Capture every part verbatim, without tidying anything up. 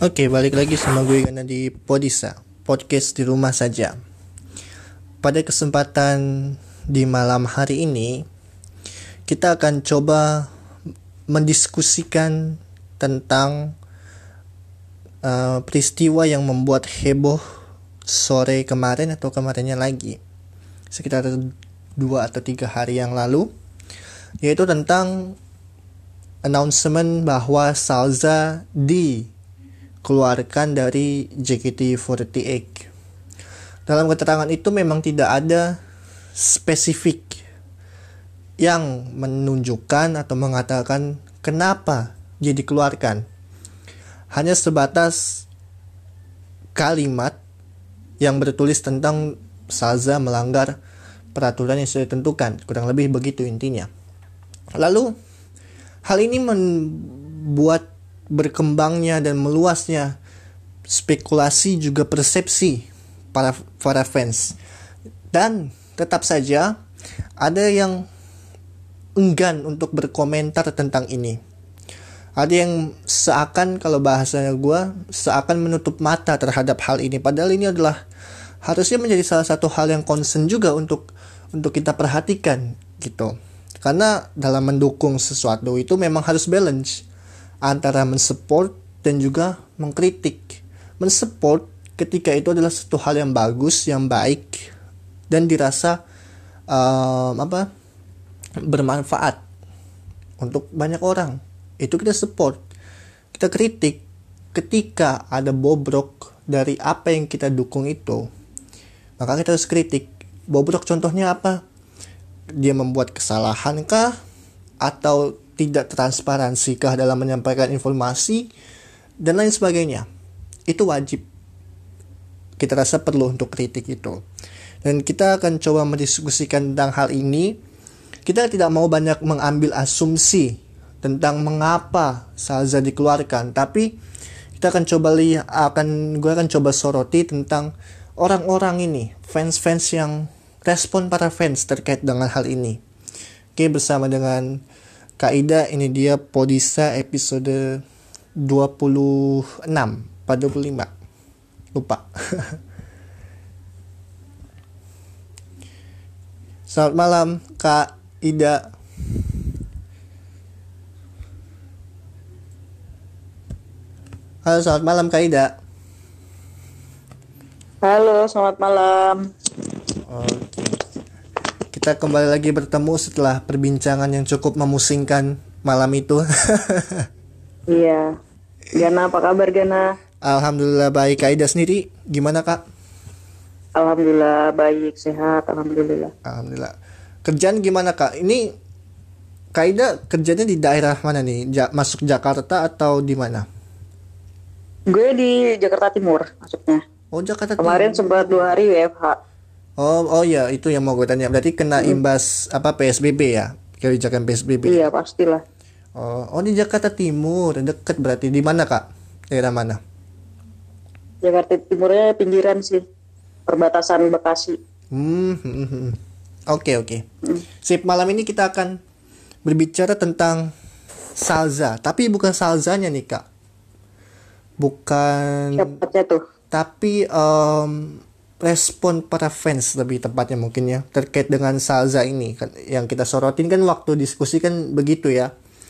Oke, balik lagi sama gue Gana di Podisa, podcast di rumah saja. Pada kesempatan di malam hari ini, kita akan coba mendiskusikan tentang uh, peristiwa yang membuat heboh sore kemarin atau kemarinnya lagi, sekitar dua atau tiga hari yang lalu, yaitu tentang announcement bahwa Salza di keluarkan dari J K T empat delapan. Dalam keterangan itu memang tidak ada spesifik yang menunjukkan atau mengatakan kenapa dia dikeluarkan. Hanya sebatas kalimat yang bertulis tentang Salza melanggar peraturan yang sudah ditentukan. Kurang lebih begitu intinya. Lalu hal ini membuat berkembangnya dan meluasnya spekulasi juga persepsi para para fans, dan tetap saja ada yang enggan untuk berkomentar tentang ini. Ada yang seakan, kalau bahasanya gue, seakan menutup mata terhadap hal ini, padahal ini adalah harusnya menjadi salah satu hal yang concern juga untuk untuk kita perhatikan gitu. Karena dalam mendukung sesuatu itu memang harus balance antara mensupport dan juga mengkritik. Mensupport ketika itu adalah satu hal yang bagus, yang baik, dan dirasa um, apa bermanfaat untuk banyak orang. Itu kita support. Kita kritik ketika ada bobrok dari apa yang kita dukung itu. Maka kita harus kritik. Bobrok contohnya apa? Dia membuat kesalahan kah? Atau tidak transparansi kah dalam menyampaikan informasi dan lain sebagainya. Itu wajib. Kita rasa perlu untuk kritik itu. Dan kita akan coba mendiskusikan tentang hal ini. Kita tidak mau banyak mengambil asumsi tentang mengapa Salza dikeluarkan, tapi kita akan coba lihat akan gue akan coba soroti tentang orang-orang ini, fans-fans yang respon para fans terkait dengan hal ini. Oke, bersama dengan Kak Ida, ini dia Podisa episode dua puluh enam pada dua puluh lima. Lupa. Selamat malam Kak Ida. Halo, selamat malam Kak Ida. Halo, selamat malam. Oke. Kita kembali lagi bertemu setelah perbincangan yang cukup memusingkan malam itu. Iya. Gana, apa kabar Gana? Alhamdulillah baik. Kak Ida sendiri gimana Kak? Alhamdulillah baik, sehat, alhamdulillah. Alhamdulillah. Kerjaan gimana Kak? Ini Kak Ida kerjanya di daerah mana nih? Ja- masuk Jakarta atau di mana? Gue di Jakarta Timur maksudnya. Oh, Jakarta Kemarin Timur. sempat dua hari W F H. Oh, oh ya, itu yang mau gue tanya. Berarti kena imbas apa P S B B ya? Kebijakan P S B B. Iya, pastilah. Oh, oh di Jakarta Timur, dekat berarti. Di mana Kak? Daerah mana? Jakarta Timurnya pinggiran sih. Perbatasan Bekasi. Hmm, hmm, hmm. Oke, oke. Sip, malam ini kita akan berbicara tentang Salza, tapi bukan Salzanya nih Kak. Bukan, Siapanya tuh? tapi um, respon para fans lebih tepatnya mungkin ya terkait dengan Salza ini kan, yang kita sorotin kan waktu diskusi kan begitu ya.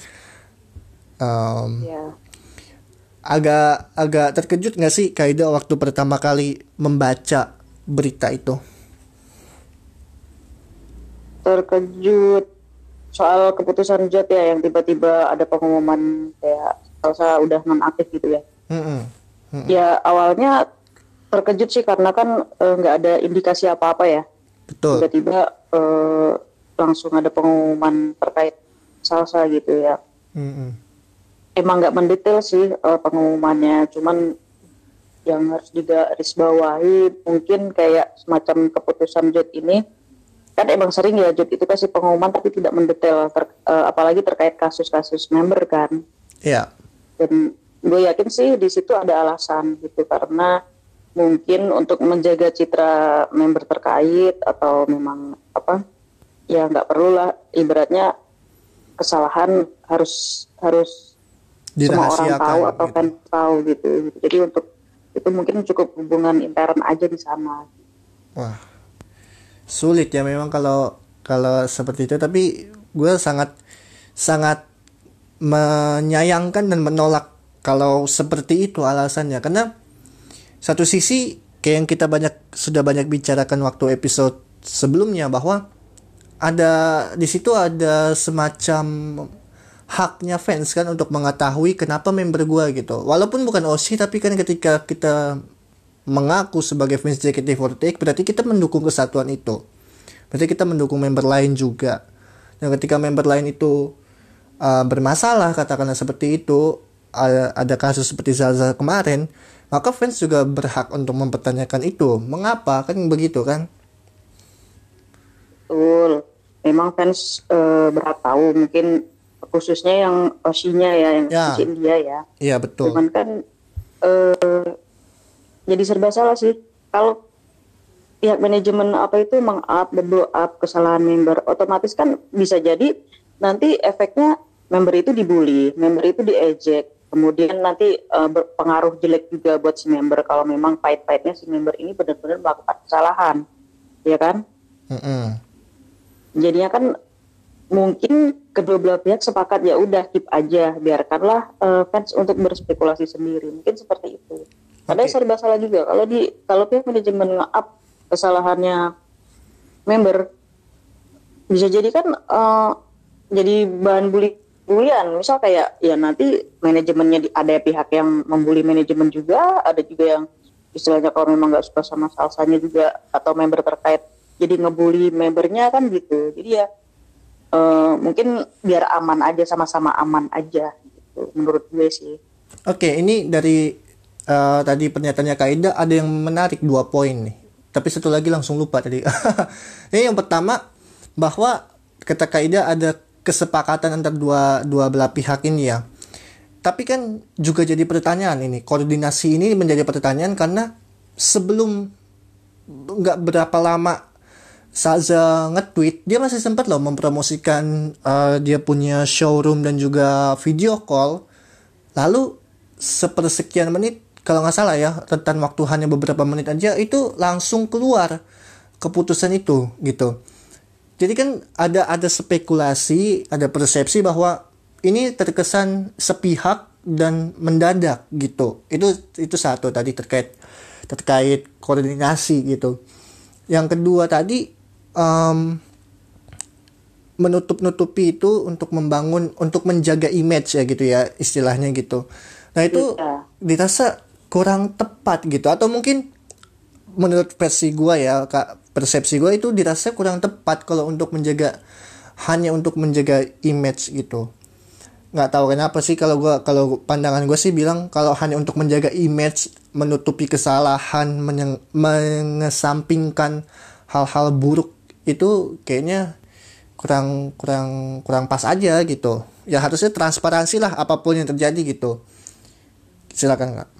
Um, Iya. agak agak terkejut nggak sih Kaida waktu pertama kali membaca berita itu? Terkejut soal keputusan J ya, yang tiba-tiba ada pengumuman kayak Salsa udah nonaktif gitu ya. Mm-mm. Mm-mm. Ya awalnya terkejut sih karena kan nggak ada indikasi apa-apa ya. Betul. Tiba-tiba eh, langsung ada pengumuman terkait Salsa gitu ya. Mm-mm. Emang nggak mendetail sih eh, pengumumannya, cuman yang harus digarisbawahi mungkin kayak semacam keputusan J ini kan emang sering ya J itu kasih pengumuman tapi tidak mendetail, ter, eh, apalagi terkait kasus-kasus member kan. Iya. Dan gue yakin sih di situ ada alasan gitu, karena mungkin untuk menjaga citra member terkait atau memang apa ya nggak perlu lah, ibaratnya kesalahan harus harus semua orang dirahasiakan tahu atau gitu. fans tahu gitu. Jadi untuk itu mungkin cukup hubungan intern aja di sana. Wah, sulit ya memang kalau kalau seperti itu. Tapi gue sangat sangat menyayangkan dan menolak kalau seperti itu alasannya. Karena satu sisi kayak yang kita banyak sudah banyak bicarakan waktu episode sebelumnya, bahwa ada di situ ada semacam haknya fans kan untuk mengetahui kenapa member gue gitu. Walaupun bukan O S I, tapi kan ketika kita mengaku sebagai fans J K T empat delapan, berarti kita mendukung kesatuan itu. Berarti kita mendukung member lain juga. Dan ketika member lain itu uh, bermasalah, katakanlah seperti itu, uh, ada kasus seperti Zaza kemarin, maka fans juga berhak untuk mempertanyakan itu. Mengapa? Kan begitu kan? Betul. Memang fans uh, berhak tahu, mungkin khususnya yang O S I-nya ya, yang Ya. izin dia ya. Iya betul. Cuman kan uh, jadi serba salah sih. Kalau pihak manajemen apa itu meng-up, double up kesalahan member, otomatis kan bisa jadi nanti efeknya member itu dibully, member itu diejek, kemudian nanti uh, berpengaruh jelek juga buat si member kalau memang pahit-pahitnya si member ini benar-benar melakukan kesalahan, ya kan? Mm-mm. Jadinya kan mungkin kedua belah pihak sepakat ya udah keep aja, biarkanlah uh, fans untuk berspekulasi sendiri, mungkin seperti itu. Padahal Oke. serba salah juga kalau di kalau pihak manajemen nge-up kesalahannya member, bisa jadi kan uh, jadi bahan bully bulian. Misal kayak ya nanti manajemennya di, ada pihak yang membuli manajemen juga, ada juga yang istilahnya kalau memang nggak suka sama salsanya juga atau member terkait jadi ngebully membernya kan gitu. Jadi ya uh, mungkin biar aman aja, sama-sama aman aja gitu, menurut gue sih. Oke, ini dari uh, tadi pernyataannya Kak Ida ada yang menarik dua poin nih. Tapi satu lagi langsung lupa tadi. Ini yang pertama, bahwa kata Kak Ida ada kesepakatan antara dua dua belah pihak ini ya. Tapi kan juga jadi pertanyaan ini, koordinasi ini menjadi pertanyaan karena sebelum nggak berapa lama Zaza nge-tweet, dia masih sempat loh mempromosikan uh, dia punya showroom dan juga video call. Lalu sepersekian menit, kalau nggak salah ya, rentan waktu hanya beberapa menit aja, itu langsung keluar keputusan itu gitu. Jadi kan ada ada spekulasi, ada persepsi bahwa ini terkesan sepihak dan mendadak gitu. Itu itu satu tadi terkait terkait koordinasi gitu. Yang kedua tadi um, menutup-nutupi itu untuk membangun, untuk menjaga image ya gitu ya istilahnya gitu. Nah itu Iya. dirasa kurang tepat gitu, atau mungkin menurut versi gue ya kak, persepsi gue itu dirasa kurang tepat kalau untuk menjaga, hanya untuk menjaga image gitu. Nggak tahu kenapa sih, kalau gue kalau pandangan gue sih bilang kalau hanya untuk menjaga image, menutupi kesalahan, menyeng, mengesampingkan hal-hal buruk itu kayaknya kurang kurang kurang pas aja gitu. Ya harusnya transparansi lah apapun yang terjadi gitu. Silakan kak.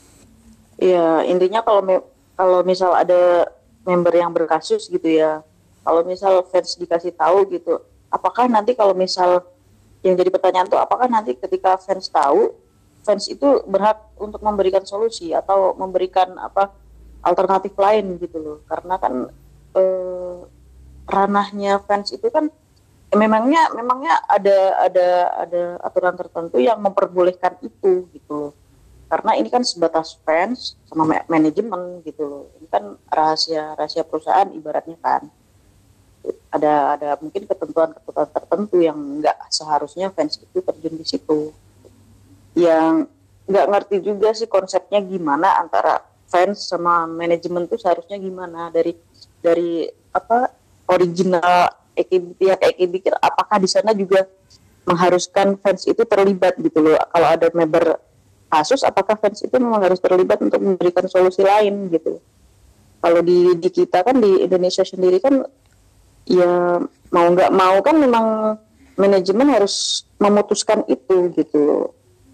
Ya intinya kalau me- kalau misal ada member yang berkasus gitu ya, kalau misal fans dikasih tahu gitu, apakah nanti kalau misal yang jadi pertanyaan tuh apakah nanti ketika fans tahu, fans itu berhak untuk memberikan solusi atau memberikan apa alternatif lain gitu loh, karena kan eh, ranahnya fans itu kan eh, memangnya memangnya ada ada ada aturan tertentu yang memperbolehkan itu gitu loh. Karena ini kan sebatas fans sama ma- manajemen gitu loh. Ini kan rahasia rahasia perusahaan ibaratnya kan. Ada ada mungkin ketentuan-ketentuan tertentu yang nggak seharusnya fans itu terjun di situ. Yang nggak ngerti juga sih konsepnya gimana antara fans sama manajemen tuh seharusnya gimana dari dari apa original E K B, pihak E K B, apakah di sana juga mengharuskan fans itu terlibat gitu loh. Kalau ada member kasus, apakah fans itu memang harus terlibat untuk memberikan solusi lain gitu. Kalau di, di kita kan di Indonesia sendiri kan ya mau nggak mau kan memang manajemen harus memutuskan itu gitu.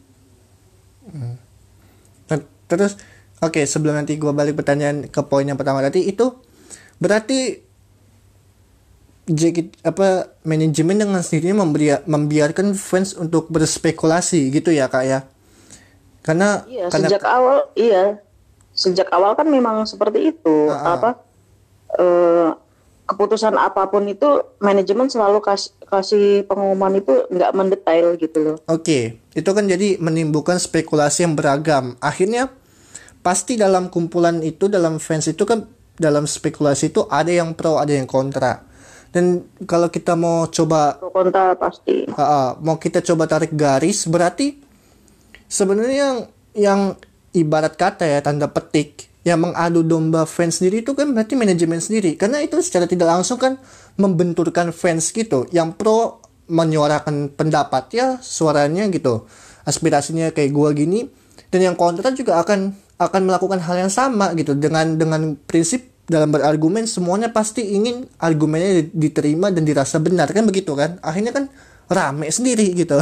Terus oke, okay, sebelum nanti gue balik pertanyaan ke poin yang pertama tadi, itu berarti J K, apa manajemen dengan sendirinya memberi, membiarkan fans untuk berspekulasi gitu ya kak ya, karena Iya, karena sejak awal, iya, sejak awal kan memang seperti itu. uh, uh, Apa eh, keputusan apapun itu manajemen selalu kasih kasih pengumuman itu nggak mendetail gitu loh. oke, itu kan jadi menimbulkan spekulasi yang beragam. Akhirnya pasti dalam kumpulan itu, dalam fans itu kan, dalam spekulasi itu ada yang pro, ada yang kontra. Dan kalau kita mau coba Pro kontra pasti. uh, uh, mau kita coba tarik garis, berarti sebenarnya yang yang ibarat kata ya, tanda petik, yang mengadu domba fans sendiri itu kan berarti manajemen sendiri, karena itu secara tidak langsung kan membenturkan fans gitu. Yang pro menyuarakan pendapat ya, suaranya gitu, aspirasinya kayak gua gini, dan yang kontra juga akan akan melakukan hal yang sama gitu, dengan dengan prinsip dalam berargumen semuanya pasti ingin argumennya diterima dan dirasa benar, kan begitu kan. Akhirnya kan rame sendiri gitu.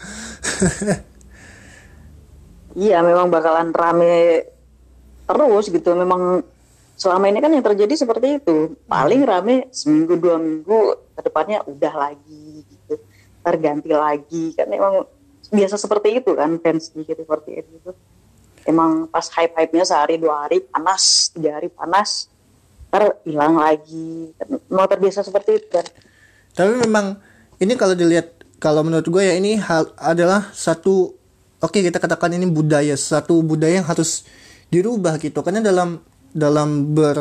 Iya, memang bakalan rame terus gitu. Memang selama ini kan yang terjadi seperti itu. Paling rame seminggu dua minggu, kedepannya udah lagi gitu. Ntar ganti lagi, kan emang biasa seperti itu kan fans gitu, seperti itu. Emang pas hype-hypenya sehari dua hari panas, tiga hari panas, ntar hilang lagi. Kan mau terbiasa seperti itu kan. Tapi memang ini kalau dilihat, kalau menurut gue ya, ini hal adalah satu, oke kita katakan ini budaya, satu budaya yang harus dirubah gitu. Karena dalam dalam ber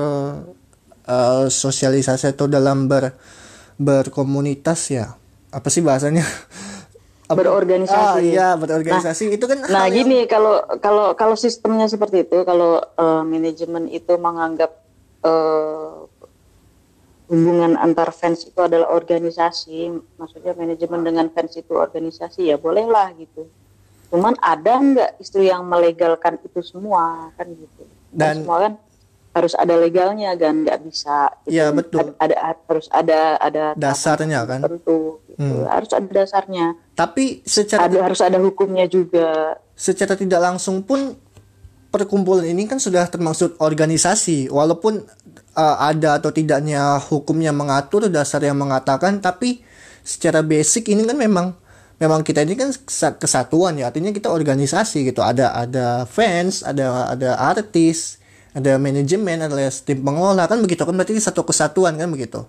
uh, sosialisasi atau dalam ber berkomunitas ya, apa sih bahasanya? Apa- Berorganisasi. Ah iya, berorganisasi itu kan Nah hal yang- gini, kalau kalau kalau sistemnya seperti itu, kalau eh, manajemen itu menganggap eh, hubungan antar fans itu adalah organisasi, maksudnya manajemen dengan fans itu organisasi, ya bolehlah gitu. Cuman ada nggak isu yang melegalkan itu semua kan gitu. Dan- Dan semua kan harus ada legalnya kan, nggak bisa. Gitu. Iya, betul. Ada, ada harus ada ada Dasarnya kan. tertentu. Gitu. Harus ada dasarnya. tapi secara Ada harus ada hukumnya juga. secara tidak langsung pun perkumpulan ini kan sudah termasuk organisasi, walaupun uh, ada atau tidaknya hukumnya mengatur, dasar yang mengatakan, tapi secara basic ini kan memang memang kita ini kan kesa- kesatuan ya, artinya kita organisasi gitu. Ada ada fans, ada ada artis, ada manajemen, ada tim pengelola, kan begitu kan, berarti satu kesatuan kan begitu.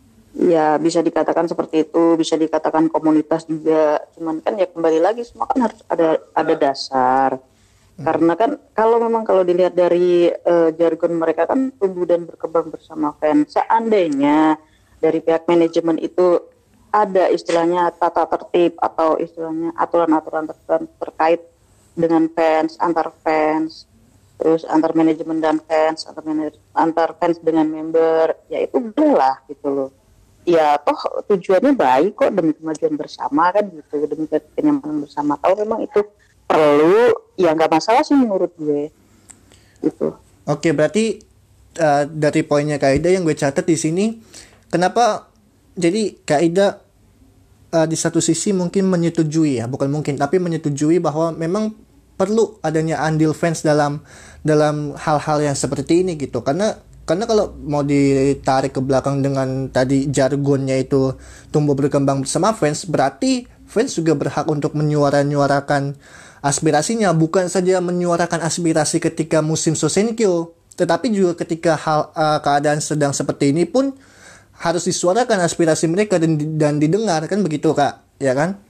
Ya bisa dikatakan seperti itu, bisa dikatakan komunitas juga. Cuman kan ya kembali lagi semua kan harus ada ada dasar. Karena kan kalau memang kalau dilihat dari eh, jargon mereka kan tumbuh dan berkembang bersama fans. Seandainya dari pihak manajemen itu ada istilahnya tata tertib atau istilahnya aturan-aturan ter- terkait dengan fans, antar fans, terus antar manajemen dan fans, antar manaj- antar fans dengan member, ya itu boleh lah gitu loh. Ya toh tujuannya baik kok, demi kemajuan bersama kan gitu, demi kenyamanan bersama. Kalau memang itu perlu, ya nggak masalah sih menurut gue gitu. Oke, berarti uh, dari poinnya Kaida yang gue catat di sini, kenapa jadi Kaida uh, di satu sisi mungkin menyetujui ya, bukan mungkin, tapi menyetujui bahwa memang perlu adanya andil fans dalam dalam hal-hal yang seperti ini gitu. Karena karena kalau mau ditarik ke belakang dengan tadi jargonnya itu tumbuh berkembang bersama fans, berarti fans juga berhak untuk menyuara-nyuarakan aspirasinya, bukan saja menyuarakan aspirasi ketika musim Sosenkyo, tetapi juga ketika hal uh, keadaan sedang seperti ini pun harus disuarakan aspirasi mereka dan, dan didengar, kan begitu Kak, ya kan?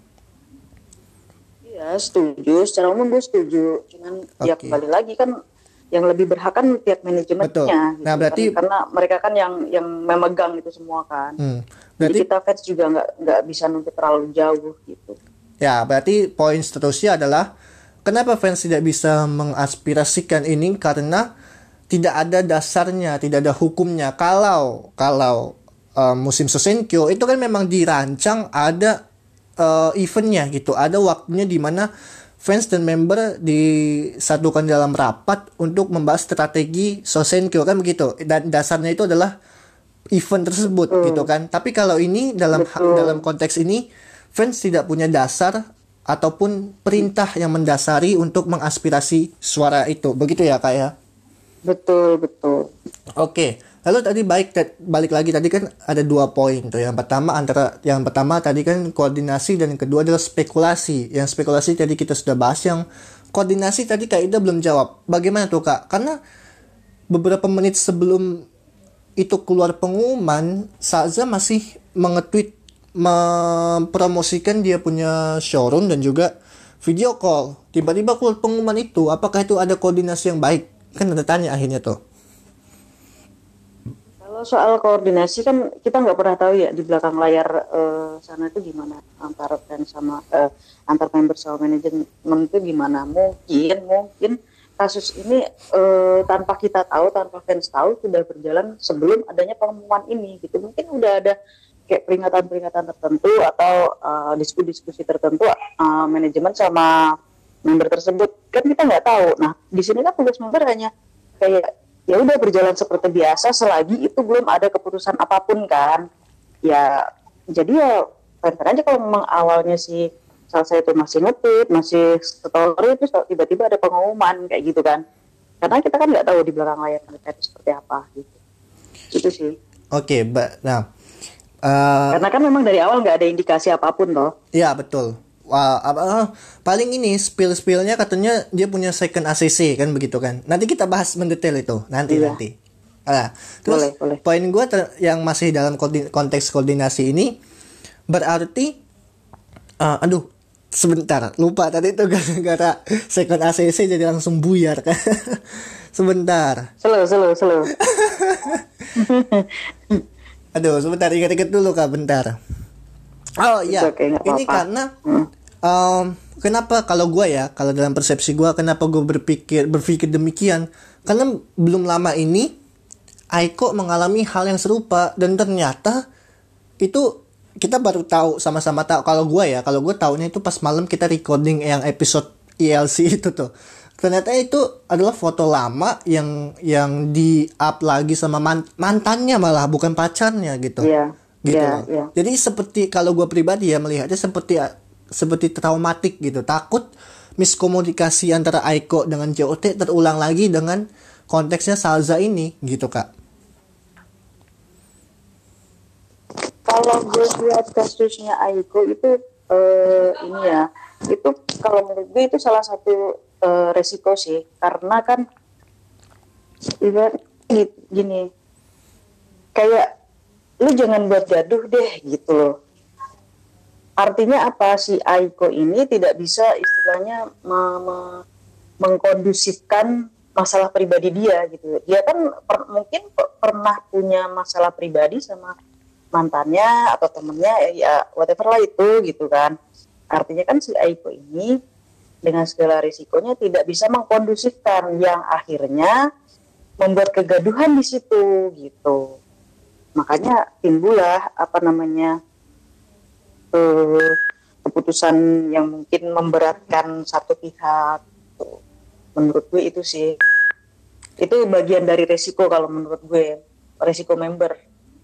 Iya setuju, secara umum gue setuju. Cuman ya Oke. kembali lagi kan yang lebih berhak kan pihak manajemennya. Betul. Gitu Nah, berarti- kan. Karena mereka kan yang yang memegang itu semua kan. Hmm. Jadi Berarti kita fans juga nggak nggak bisa nuntut terlalu jauh gitu. ya, berarti poin seterusnya adalah kenapa fans tidak bisa mengaspirasikan ini, karena tidak ada dasarnya, tidak ada hukumnya. Kalau kalau uh, musim Sosenkyo itu kan memang dirancang ada uh, eventnya gitu, ada waktunya di mana fans dan member disatukan dalam rapat untuk membahas strategi Sosenkyo, kan begitu. Dan dasarnya itu adalah event tersebut gitu kan. Tapi kalau ini dalam Betul. dalam konteks ini fans tidak punya dasar ataupun perintah yang mendasari untuk mengaspirasi suara itu. Begitu ya Kak ya? Betul, betul. Oke, lalu tadi balik balik lagi tadi kan ada dua poin tuh. Yang pertama antara yang pertama tadi kan koordinasi dan yang kedua adalah spekulasi. Yang spekulasi tadi kita sudah bahas, yang koordinasi tadi Kak Ida belum jawab. Bagaimana tuh Kak? Karena beberapa menit sebelum itu keluar pengumuman, Saza masih mengetweet mempromosikan dia punya showroom dan juga video call. Tiba-tiba keluar pengumuman itu, apakah itu ada koordinasi yang baik? Kan ada tanya akhirnya tuh. Kalau soal koordinasi kan kita nggak pernah tahu ya di belakang layar eh, sana itu gimana antara fans sama eh, antar member sama manajemen itu gimana. Mungkin mungkin kasus ini eh, tanpa kita tahu, tanpa fans tahu sudah berjalan sebelum adanya pengumuman ini gitu. Mungkin udah ada kayak peringatan-peringatan tertentu atau uh, diskusi-diskusi tertentu uh, manajemen sama member tersebut, kan kita nggak tahu. Nah di sini kan tugas member hanya kayak ya udah berjalan seperti biasa selagi itu belum ada keputusan apapun kan. Ya jadi ya fair-fair aja kalau memang awalnya si Salsa itu masih nge-tweet, masih story, terus tiba-tiba ada pengumuman kayak gitu kan. Karena kita kan nggak tahu di belakang layar mereka itu seperti apa gitu. Itu sih. Oke, Mbak. Nah, Uh, karena kan memang dari awal nggak ada indikasi apapun toh. Iya betul. Wah, apa, uh, paling ini spill-spillnya katanya dia punya second A C C kan begitu kan. Nanti kita bahas mendetail itu nanti iya. nanti. Ah, terus boleh, boleh. Poin gue ter- yang masih dalam koordin- konteks koordinasi ini berarti, uh, aduh sebentar lupa tadi itu gara-gara second A C C jadi langsung buyar kan. Sebentar. Slow slow slow. Aduh, sebentar, ingat-ingat dulu Kak, bentar. Oh iya, okay, ini apa-apa. Karena hmm. um, kenapa kalau gue ya, kalau dalam persepsi gue, kenapa gue berpikir berpikir demikian? Karena belum lama ini Aiko mengalami hal yang serupa dan ternyata itu kita baru tahu, sama-sama tahu. Kalau gue ya, kalau gue tahunya itu pas malam kita recording yang episode E L C itu tuh. Ternyata itu adalah foto lama yang yang di-up lagi sama mantannya, malah bukan pacarnya gitu. Iya. Gitu. Yeah, yeah. Jadi seperti kalau gue pribadi ya melihatnya seperti seperti traumatik gitu. Takut miskomunikasi antara Aiko dengan J O T terulang lagi dengan konteksnya Salza ini gitu, Kak. Kalau gue lihat kasusnya Aiko itu uh, ini ya, itu kalau menurut gue itu salah satu Uh, resiko sih, karena kan ibarat gini, kayak lu jangan buat gaduh deh gitu loh. Artinya apa, si Aiko ini tidak bisa istilahnya me- me- mengkondusifkan masalah pribadi dia gitu. Dia kan per- mungkin per- pernah punya masalah pribadi sama mantannya atau temennya, ya whatever lah itu gitu kan. Artinya kan si Aiko ini dengan segala risikonya tidak bisa mengkondusifkan, yang akhirnya membuat kegaduhan di situ gitu. Makanya timbullah apa namanya eh, keputusan yang mungkin memberatkan satu pihak. Menurut gue itu sih, itu bagian dari resiko kalau menurut gue, resiko member.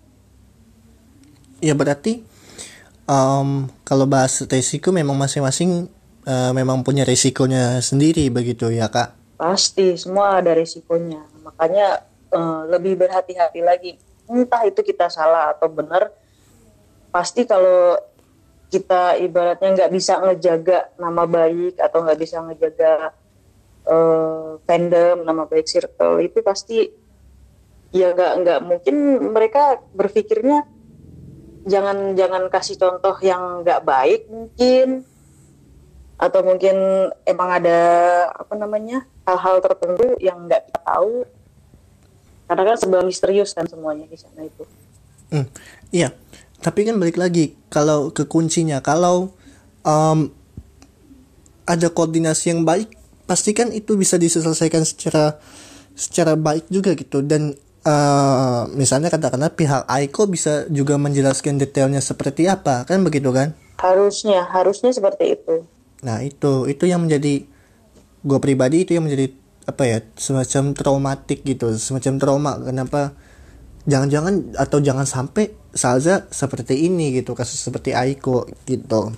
Ya berarti um, kalau bahas resiko memang masing-masing Uh, memang punya risikonya sendiri begitu ya Kak? Pasti semua ada risikonya, makanya uh, lebih berhati-hati lagi. Entah itu kita salah atau benar, pasti kalau kita ibaratnya nggak bisa ngejaga nama baik atau nggak bisa ngejaga uh, fandom, nama baik circle, itu pasti ya nggak nggak mungkin mereka berpikirnya jangan jangan kasih contoh yang nggak baik mungkin. Atau mungkin emang ada apa namanya hal-hal tertentu yang nggak kita tahu, karena kan serba misterius kan semuanya di sana itu. Hmm, iya, tapi kan balik lagi kalau ke kuncinya, kalau um, ada koordinasi yang baik, pastikan itu bisa diselesaikan secara secara baik juga gitu. Dan uh, misalnya katakanlah pihak Aiko bisa juga menjelaskan detailnya seperti apa, kan begitu kan? Harusnya, harusnya seperti itu. Nah itu itu yang menjadi gue pribadi, itu yang menjadi apa ya, semacam traumatik gitu, semacam trauma. Kenapa jangan-jangan atau jangan sampai Salza seperti ini gitu, kasus seperti Aiko gitu.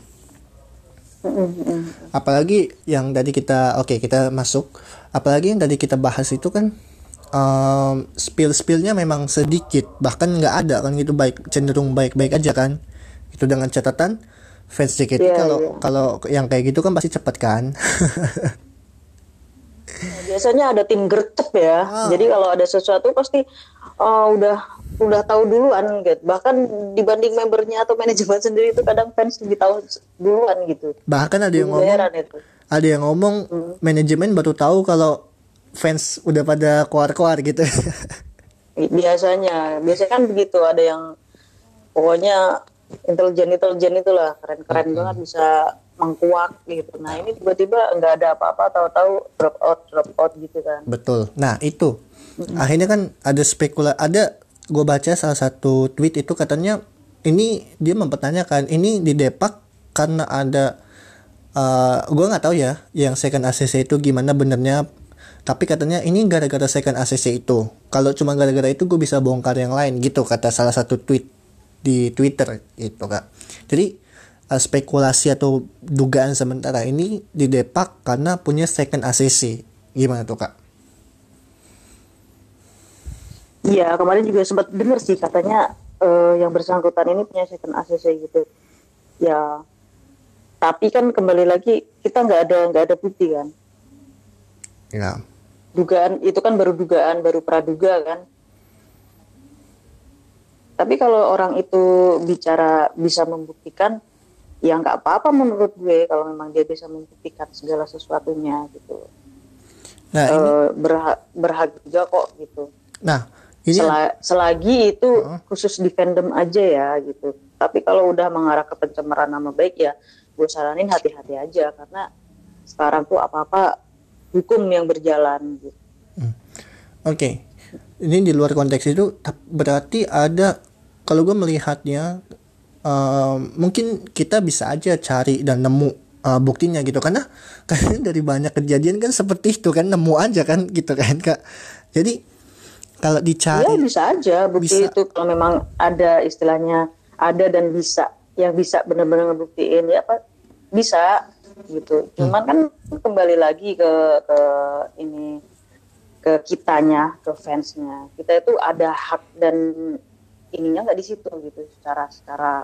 Mm-hmm. Apalagi yang tadi kita oke okay, kita masuk apalagi yang tadi kita bahas itu kan um, spill-spillnya memang sedikit, bahkan nggak ada kan gitu, baik cenderung baik-baik aja kan. Itu dengan catatan fans J K T Iya, kalau iya. kalau yang kayak gitu kan pasti cepat kan. Nah, biasanya ada tim gercep ya. Ah. Jadi kalau ada sesuatu pasti oh, udah udah tahu duluan gitu. Bahkan dibanding membernya atau manajemen sendiri itu kadang fans lebih tahu duluan gitu. Bahkan ada yang Juga ngomong heran itu. ada yang ngomong manajemen baru tahu kalau fans udah pada keluar-keluar gitu. Biasanya, biasanya kan begitu, ada yang pokoknya intelijen-intelijen itulah, keren-keren banget bisa mengkuak gitu. Nah, ini tiba-tiba nggak ada apa-apa, tahu-tahu drop out, drop out gitu kan. Betul. Nah, itu. Akhirnya kan ada spekula ada gue baca salah satu tweet itu katanya ini dia mempertanyakan ini di Depak karena ada uh, gue nggak tahu ya yang second A C C itu gimana benernya, tapi katanya ini gara-gara second A C C itu. Kalau cuma gara-gara itu gue bisa bongkar yang lain gitu, kata salah satu tweet di Twitter itu Kak. Jadi uh, spekulasi atau dugaan sementara ini di Depak karena punya second A C C. Gimana tuh Kak? Iya, kemarin juga sempat dengar sih katanya eh, yang bersangkutan ini punya second A C C gitu. Ya, tapi kan kembali lagi kita nggak ada nggak ada bukti kan. Ya. Dugaan itu kan baru dugaan, baru praduga kan. Tapi kalau orang itu bicara bisa membuktikan, ya nggak apa-apa menurut gue kalau memang dia bisa membuktikan segala sesuatunya gitu. Nah, ini, Eh, berhak berhak juga kok gitu. nah ini Sel- selagi itu khusus di fandom aja ya gitu. Tapi kalau udah mengarah ke pencemaran nama baik ya, gue saranin hati-hati aja karena sekarang tuh apa-apa hukum yang berjalan gitu. Oke, ini di luar konteks itu tap- berarti ada, kalau gue melihatnya um, mungkin kita bisa aja cari dan nemu uh, buktinya gitu, karena karena dari banyak kejadian kan seperti itu kan, nemu aja kan gitu kan Kak. Jadi kalau dicari Ya bisa aja bukti bisa. itu kalau memang ada istilahnya ada dan bisa yang bisa benar-benar ngebuktiin ya apa bisa gitu. Cuman kan kembali lagi ke ke ini ke kitanya, ke fansnya. Kita itu ada hak dan ininya nggak di situ gitu. Secara secara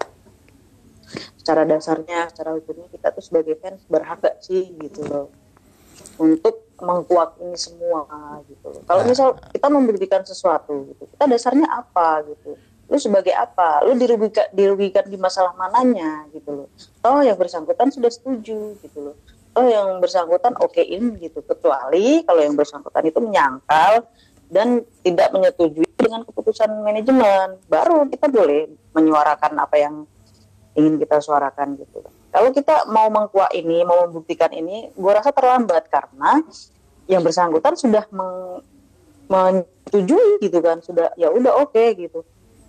secara dasarnya, secara hukumnya kita tuh sebagai fans berhak gak sih gitu loh untuk mengkuak ini semua gitu loh. Kalau misal kita membuktikan sesuatu gitu, kita dasarnya apa gitu. Lu sebagai apa? Lu dirugikan dirugikan di masalah mananya gitu loh. Toh yang bersangkutan sudah setuju gitu loh. Toh yang bersangkutan okein gitu. Kecuali kalau yang bersangkutan itu menyangkal dan tidak menyetujui dengan keputusan manajemen, baru kita boleh menyuarakan apa yang ingin kita suarakan gitu. Kalau kita mau mengkuak ini, mau membuktikan ini, gue rasa terlambat karena yang bersangkutan sudah meng, menyetujui gitu kan, sudah ya udah oke okay, gitu.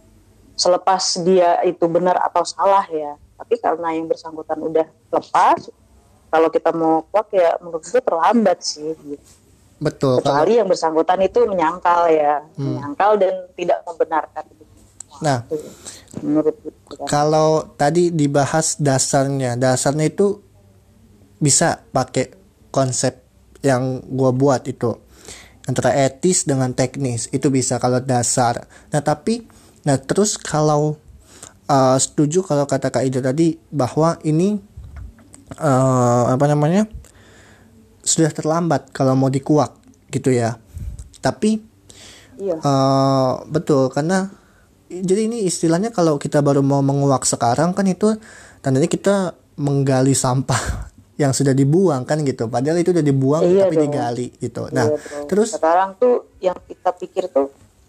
Selepas dia itu benar atau salah ya, tapi karena yang bersangkutan udah lepas, kalau kita mau kuak ya menurut gue terlambat sih. Gitu. Betul. Kecuali kalau yang bersangkutan itu menyangkal ya, hmm. menyangkal dan tidak membenarkan. Nah, menurut gue. Kalau tadi dibahas dasarnya, dasarnya itu bisa pakai konsep yang gua buat itu antara etis dengan teknis, itu bisa kalau dasar. Nah tapi, nah terus kalau uh, setuju kalau kata Kak Ida tadi bahwa ini uh, apa namanya sudah terlambat kalau mau dikuak gitu ya. Tapi iya. uh, betul karena jadi ini istilahnya kalau kita baru mau menguak sekarang kan itu tandanya kita menggali sampah yang sudah dibuang kan gitu. Padahal itu udah dibuang iya tapi dong. digali gitu. Nah, iya terus sekarang tuh yang kita pikir tuh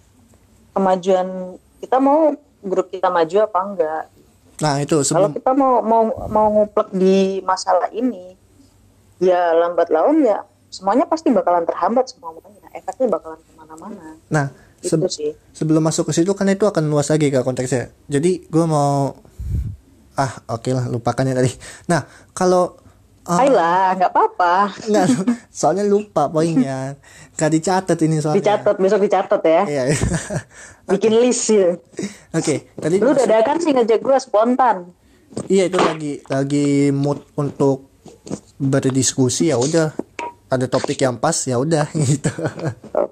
kemajuan kita mau grup kita maju apa enggak. Nah, itu sebelum kalau kita mau mau mau nguplek di masalah ini ya lambat laun ya semuanya pasti bakalan terhambat semuanya. Efeknya bakalan kemana-mana. Nah, Se- sih. sebelum masuk ke situ kan itu akan luas lagi Kak konteksnya. Jadi gue mau ah oke okay lah lupakan ya tadi. Nah kalau uh, ayolah nggak apa-apa. Nggak, soalnya lupa poinnya. Gak dicatat ini soalnya. Dicatat besok dicatat ya. Iya. Bikin list ya. Oke. Okay, tadi lu dadakan sih ngajak gue spontan. Iya itu lagi lagi mood untuk berdiskusi ya udah. Ada topik yang pas ya udah gitu. Oke, okay.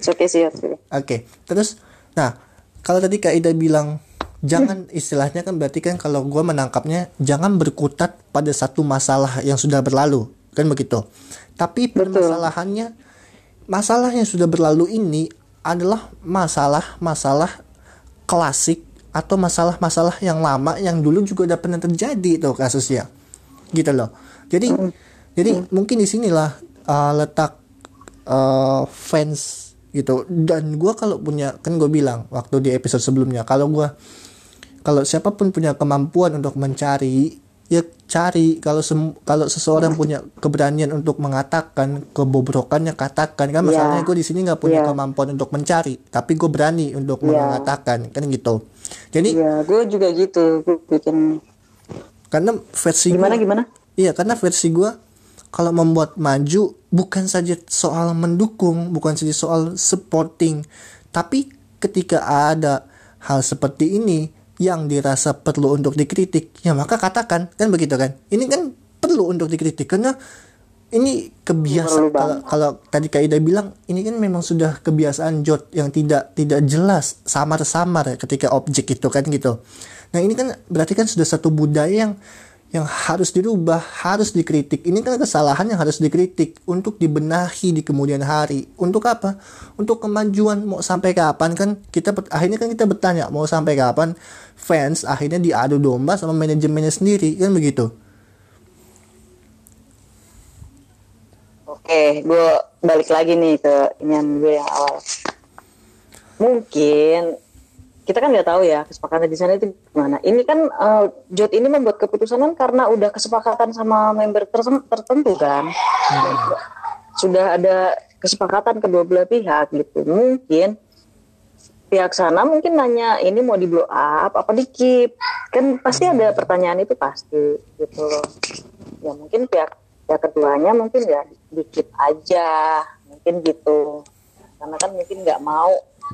Oke sih, oke. Oke, terus, nah kalau tadi Kak Ida bilang jangan, istilahnya kan berarti kan kalau gue menangkapnya jangan berkutat pada satu masalah yang sudah berlalu, kan begitu. Tapi permasalahannya, masalah yang sudah berlalu ini adalah masalah-masalah klasik atau masalah-masalah yang lama yang dulu juga udah pernah terjadi tuh kasusnya, gitu loh. Jadi, jadi mungkin disinilah uh, letak uh, fans gitu. Dan gue kalau punya, kan gue bilang waktu di episode sebelumnya, kalau gue kalau siapapun punya kemampuan untuk mencari, ya cari. Kalau sem- kalau seseorang punya keberanian untuk mengatakan kebobrokannya, katakan. Kan masalahnya gue di sini nggak punya yeah. kemampuan untuk mencari, tapi gue berani untuk yeah. mengatakan, kan gitu. Jadi yeah, gue juga gitu, gue bikin. Karena versi gimana gua, gimana? Iya, karena versi gue kalau membuat maju bukan saja soal mendukung, bukan saja soal supporting, tapi ketika ada hal seperti ini yang dirasa perlu untuk dikritik, ya maka katakan, kan begitu kan? Ini kan perlu untuk dikritik karena ini kebiasaan. Kalau kalau tadi Kak Ida bilang, ini kan memang sudah kebiasaan Jod yang tidak tidak jelas, samar-samar ketika objek itu, kan gitu. Nah ini kan berarti kan sudah satu budaya yang yang harus dirubah, harus dikritik. Ini kan kesalahan yang harus dikritik untuk dibenahi di kemudian hari. Untuk apa? Untuk kemajuan. Mau sampai kapan kan kita akhirnya kan kita bertanya, mau sampai kapan fans akhirnya diadu domba sama manajemennya sendiri, kan begitu. Oke, gue balik lagi nih ke inian gue yang awal. Mungkin kita kan nggak tahu ya kesepakatan di sana itu gimana. Ini kan uh, Jod ini membuat keputusan kan karena udah kesepakatan sama member ter- tertentu kan. Hmm. Sudah ada kesepakatan kedua belah pihak gitu. Mungkin pihak sana mungkin nanya ini mau di blow up apa di keep. Kan pasti ada pertanyaan itu pasti gitu loh. Ya mungkin pihak pihak keduanya mungkin ya di keep aja. Mungkin gitu. Karena kan mungkin nggak mau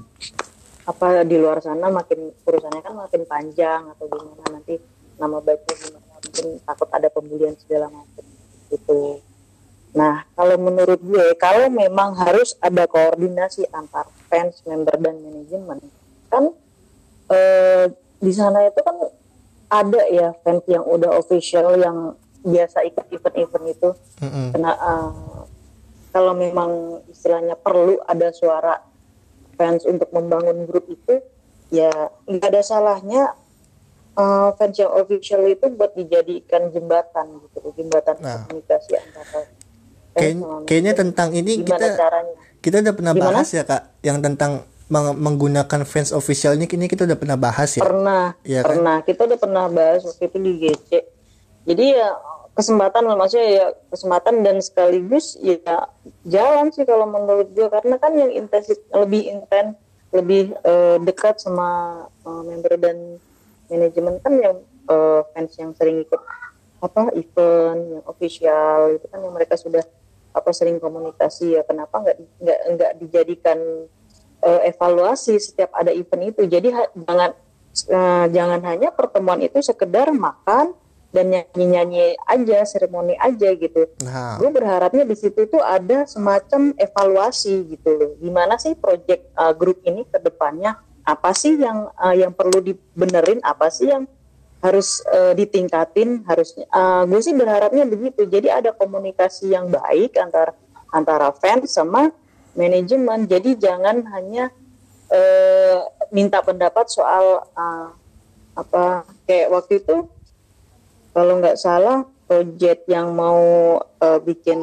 apa di luar sana makin urusannya kan makin panjang atau gimana nanti nama baiknya gimana, mungkin takut ada pembulian segala macam gitu. Nah kalau menurut gue kalau memang harus ada koordinasi antar fans, member dan manajemen kan eh, di sana itu kan ada ya fans yang udah official yang biasa ikut event-event itu. Mm-hmm. Karena uh, kalau memang istilahnya perlu ada suara fans untuk membangun grup itu, ya nggak ada salahnya uh, fans yang official itu buat dijadikan jembatan gitu, jembatan nah, komunikasi antara fans sama kayaknya tentang ini kita caranya? kita udah pernah Gimana? bahas ya Kak, yang tentang meng- menggunakan fans official ini, ini kita udah pernah bahas ya. Pernah, ya, pernah. Kan? Kita udah pernah bahas waktu itu di G C. Jadi ya kesempatan lah, maksudnya ya kesempatan dan sekaligus ya jalan sih kalau menurut gue, karena kan yang intensif lebih intens, lebih uh, dekat sama uh, member dan manajemen kan yang uh, fans yang sering ikut apa event yang official itu kan yang mereka sudah apa sering komunikasi, ya kenapa nggak nggak nggak dijadikan uh, evaluasi setiap ada event itu. Jadi ha, jangan uh, jangan hanya pertemuan itu sekedar makan dan nyanyi-nyanyi aja, seremoni aja gitu. Nah. Gue berharapnya di situ tuh ada semacam evaluasi gitu loh. Gimana sih project uh, grup ini ke depannya? Apa sih yang uh, yang perlu dibenerin? Apa sih yang harus uh, ditingkatin? Harusnya uh, gue sih berharapnya begitu. Jadi ada komunikasi yang baik antara antara fans sama manajemen. Jadi jangan hanya uh, minta pendapat soal uh, apa kayak waktu itu. Kalau nggak salah, project yang mau uh, bikin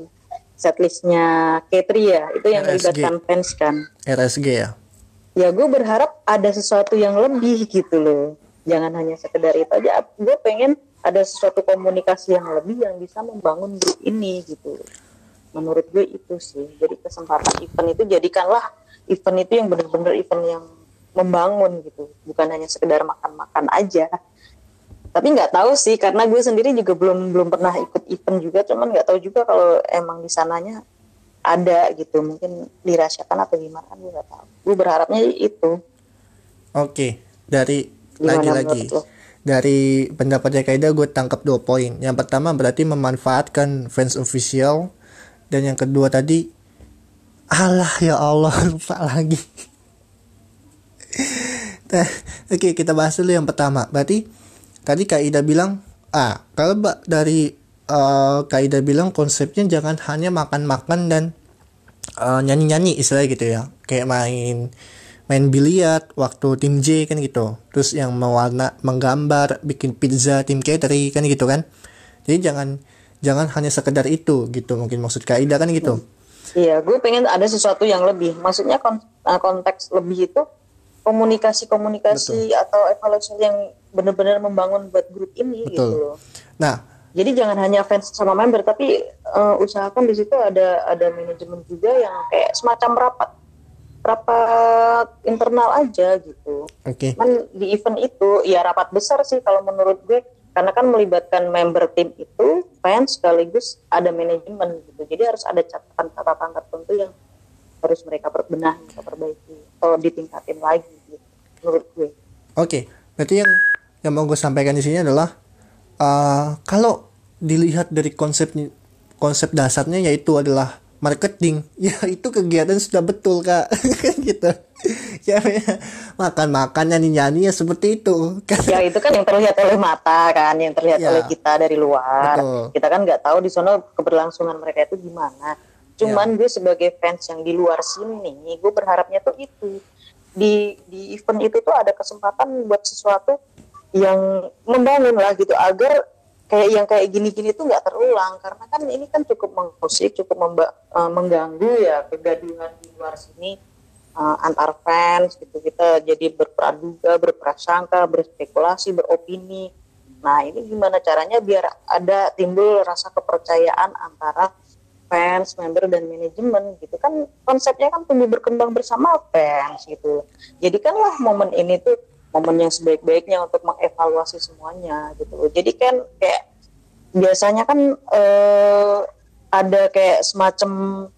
setlistnya K tiga ya, itu yang melibatkan fans kan. R S G ya? Ya gue berharap ada sesuatu yang lebih gitu loh. Jangan hanya sekedar itu aja. Gue pengen ada sesuatu komunikasi yang lebih yang bisa membangun grup ini gitu. Menurut gue itu sih. Jadi kesempatan event itu jadikanlah event itu yang benar-benar event yang membangun gitu. Bukan hanya sekedar makan-makan aja. Tapi nggak tahu sih, karena gue sendiri juga belum belum pernah ikut event juga, cuman nggak tahu juga kalau emang di sananya ada gitu, mungkin dirahasiakan atau gimana, gue nggak tahu. Gue berharapnya itu. Oke, dari lagi-lagi dari pendapatnya Kaida gue tangkap dua poin. Yang pertama berarti memanfaatkan fans official, dan yang kedua tadi Alah ya Allah, lupa lagi. Nah, oke, kita bahas dulu yang pertama. Berarti tadi Kak Ida bilang, ah kalau Mbak dari uh, Kak Ida bilang konsepnya jangan hanya makan-makan dan uh, nyanyi-nyanyi istilahnya gitu ya. Kayak main main biliar waktu tim J kan gitu. Terus yang mewarna menggambar, bikin pizza tim K tiga kan gitu kan. Jadi jangan jangan hanya sekedar itu gitu. Mungkin maksud Kak Ida kan gitu. Iya, gue pengen ada sesuatu yang lebih. Maksudnya kon- konteks lebih itu komunikasi-komunikasi Betul. atau evaluasi yang benar-benar membangun buat grup ini. Betul. Gitu loh. Nah, jadi jangan hanya fans sama member, tapi uh, usahakan di situ ada ada manajemen juga yang kayak semacam rapat rapat internal aja gitu. oke. Okay. Kan di event itu ya rapat besar sih kalau menurut gue, karena kan melibatkan member tim itu, fans sekaligus ada manajemen gitu. Jadi harus ada catatan-catatan tertentu yang harus mereka perbenahi atau perbaiki atau ditingkatin lagi gitu, menurut gue. Oke, okay. Berarti yang yang mau gue sampaikan di sini adalah uh, kalau dilihat dari konsep konsep dasarnya yaitu adalah marketing, ya itu kegiatan sudah betul Kak. Kan gitu. Ya, ya makan-makan nyanyi-nyanyi ya seperti itu. Ya itu kan yang terlihat oleh mata kan, yang terlihat ya. oleh kita dari luar. Betul. Kita kan nggak tahu di sana keberlangsungan mereka itu gimana. Cuman ya. Gue sebagai fans yang di luar sini, gue berharapnya tuh itu di di event itu tuh ada kesempatan buat sesuatu yang membangun lah gitu, agar kayak yang kayak gini-gini tuh nggak terulang, karena kan ini kan cukup mengusik, cukup memba- uh, mengganggu ya kegaduhan di luar sini uh, antar fans gitu. Kita jadi berpraduga, berprasangka, berspekulasi, beropini. Nah ini gimana caranya biar ada timbul rasa kepercayaan antara fans, member, dan manajemen gitu kan. Konsepnya kan tumbuh berkembang bersama fans gitu. Jadikanlah momen ini tuh momen yang sebaik-baiknya untuk mengevaluasi semuanya gitu. Jadi kan kayak biasanya kan eh, ada kayak semacam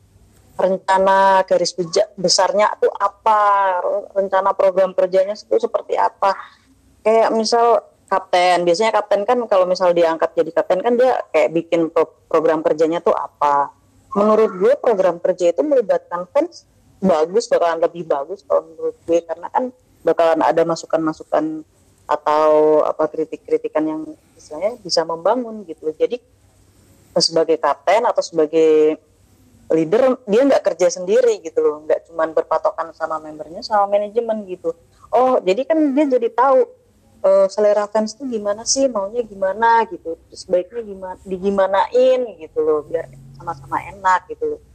rencana garis besarnya tuh apa, rencana program kerjanya itu seperti apa. Kayak misal kapten, biasanya kapten kan kalau misal diangkat jadi kapten kan dia kayak bikin pro- program kerjanya tuh apa. Menurut gue program kerja itu melibatkan fans bagus, bakalan lebih bagus kalau menurut gue, karena kan bakalan ada masukan-masukan atau apa kritik-kritikan yang istilahnya bisa membangun gitu. Jadi sebagai kapten atau sebagai leader dia nggak kerja sendiri gitu loh, nggak cuma berpatokan sama membernya, sama manajemen gitu. Oh jadi kan dia jadi tahu uh, selera fans tuh gimana sih, maunya gimana gitu, terus baiknya gimana, digimanain gitu loh biar sama-sama enak gitu loh.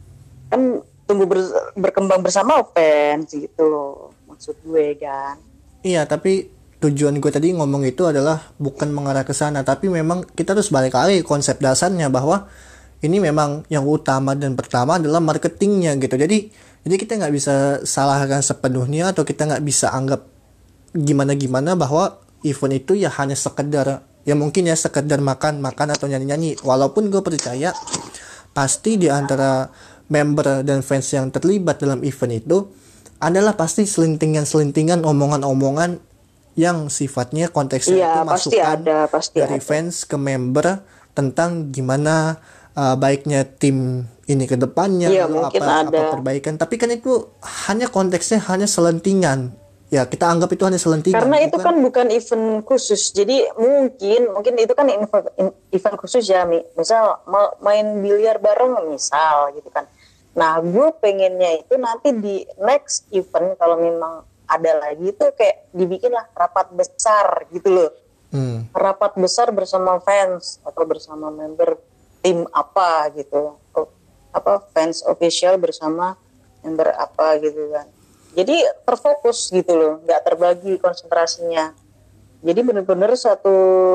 Kan tumbuh ber- berkembang bersama fans gitu loh maksud gue kan. Iya, tapi tujuan gue tadi ngomong itu adalah bukan mengarah ke sana, tapi memang kita harus balik lagi konsep dasarnya bahwa ini memang yang utama dan pertama adalah marketingnya gitu. Jadi jadi kita nggak bisa salahkan sepenuhnya atau kita nggak bisa anggap gimana-gimana bahwa event itu ya hanya sekedar ya mungkin ya sekedar makan-makan atau nyanyi-nyanyi. Walaupun gue percaya pasti di antara member dan fans yang terlibat dalam event itu adalah pasti selintingan-selintingan omongan-omongan yang sifatnya konteksnya iya, itu pasti masukan ada, pasti dari ada. fans ke member tentang gimana uh, baiknya tim ini ke depannya, iya, lalu apa, apa perbaikan. Tapi kan itu hanya konteksnya hanya selentingan. Ya kita anggap itu hanya selentingan. Karena bukan, itu kan bukan event khusus. Jadi mungkin mungkin itu kan event khusus ya. Misal main biliar bareng misal gitu kan. Nah gue pengennya itu nanti di next event kalau memang ada lagi itu kayak dibikinlah rapat besar gitu loh. Hmm. Rapat besar bersama fans atau bersama member tim apa gitu. Apa fans official bersama member apa gitu kan. Jadi terfokus gitu loh, nggak terbagi konsentrasinya. Jadi benar-benar satu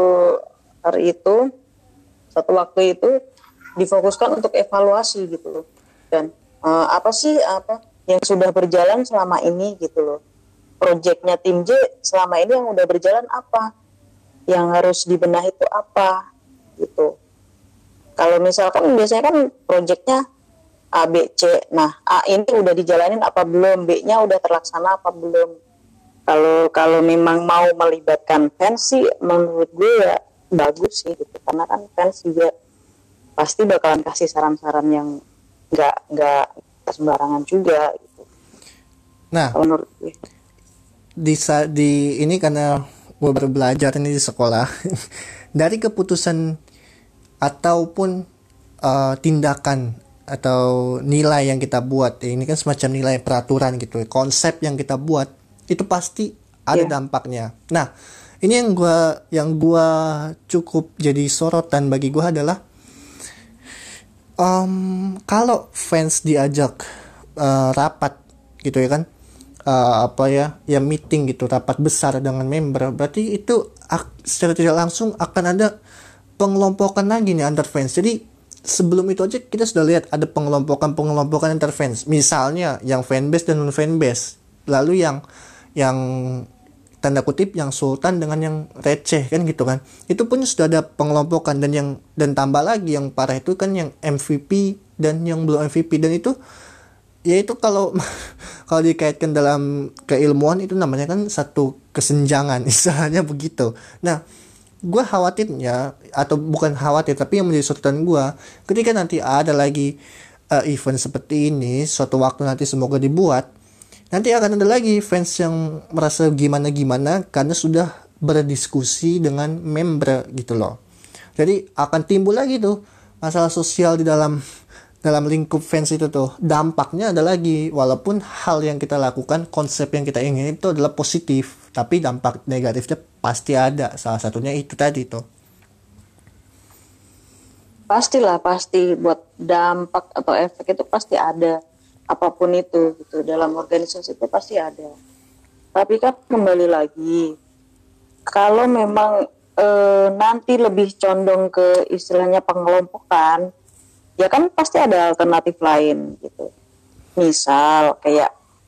hari itu, satu waktu itu difokuskan untuk evaluasi gitu loh. Dan uh, apa sih apa yang sudah berjalan selama ini gitu loh. Proyeknya tim J selama ini yang udah berjalan apa, yang harus dibenahi itu apa gitu. Kalau misalkan biasanya kan proyeknya A, B, C. Nah, A ini udah dijalanin apa belum? B-nya udah terlaksana apa belum? Kalau kalau memang mau melibatkan fans sih, menurut gue ya bagus sih gitu. Karena kan fans juga pasti bakalan kasih saran-saran yang nggak nggak sembarangan juga gitu. Nah, Kalau menurut gue. di sa- di ini karena gue baru belajar ini di sekolah dari keputusan ataupun uh, tindakan atau nilai yang kita buat, ini kan semacam nilai peraturan gitu, konsep yang kita buat itu pasti ada Iya. dampaknya. Nah, ini yang gua yang gua cukup jadi sorotan bagi gua adalah um, kalau fans diajak uh, rapat gitu ya kan, uh, apa ya ya meeting gitu, rapat besar dengan member, berarti itu ak- secara tidak langsung akan ada pengelompokan lagi nih antar fans. Jadi sebelum itu aja kita sudah lihat ada pengelompokan-pengelompokan antar fans. Misalnya yang fanbase dan non fanbase. Lalu yang yang tanda kutip yang sultan dengan yang receh kan gitu kan. Itu pun sudah ada pengelompokan, dan yang dan tambah lagi yang parah itu kan yang M V P dan yang belum M V P, dan itu ya itu kalau kalau dikaitkan dalam keilmuan itu namanya kan satu kesenjangan istilahnya begitu. Nah, gue khawatirnya, atau bukan khawatir tapi yang menjadi sorotan gue, ketika nanti ada lagi uh, event seperti ini suatu waktu nanti, semoga dibuat, nanti akan ada lagi fans yang merasa gimana-gimana karena sudah berdiskusi dengan member gitu loh. Jadi akan timbul lagi tuh masalah sosial di dalam dalam lingkup fans itu tuh. Dampaknya ada lagi, walaupun hal yang kita lakukan, konsep yang kita ingin itu adalah positif, tapi dampak negatifnya pasti ada. Salah satunya itu tadi tuh. Pastilah, pasti buat dampak atau efek itu pasti ada, apapun itu gitu, dalam organisasi itu pasti ada. Tapi kan kembali lagi, kalau memang e, nanti lebih condong ke istilahnya pengelompokan, ya kan pasti ada alternatif lain gitu. Misal kayak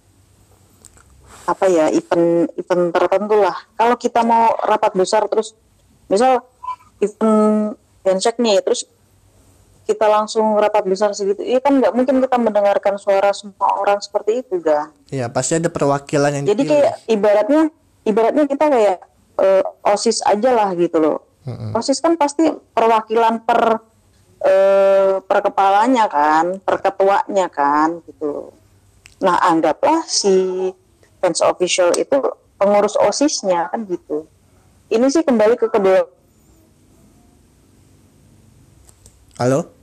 apa ya, event event tertentu lah. Kalau kita mau rapat besar terus, misal event handshake nih, terus kita langsung rapat besar segitu, iya kan nggak mungkin kita mendengarkan suara semua orang seperti itu, ga? Ya pasti ada perwakilan yang Jadi dipilih. kayak ibaratnya, ibaratnya kita kayak uh, OSIS aja lah gitu loh. Mm-mm. OSIS kan pasti perwakilan per uh, per kepalanya kan, per ketuanya kan gitu. Nah, anggaplah si fans official itu pengurus OSIS-nya kan gitu. Ini sih kembali ke kedua. Halo?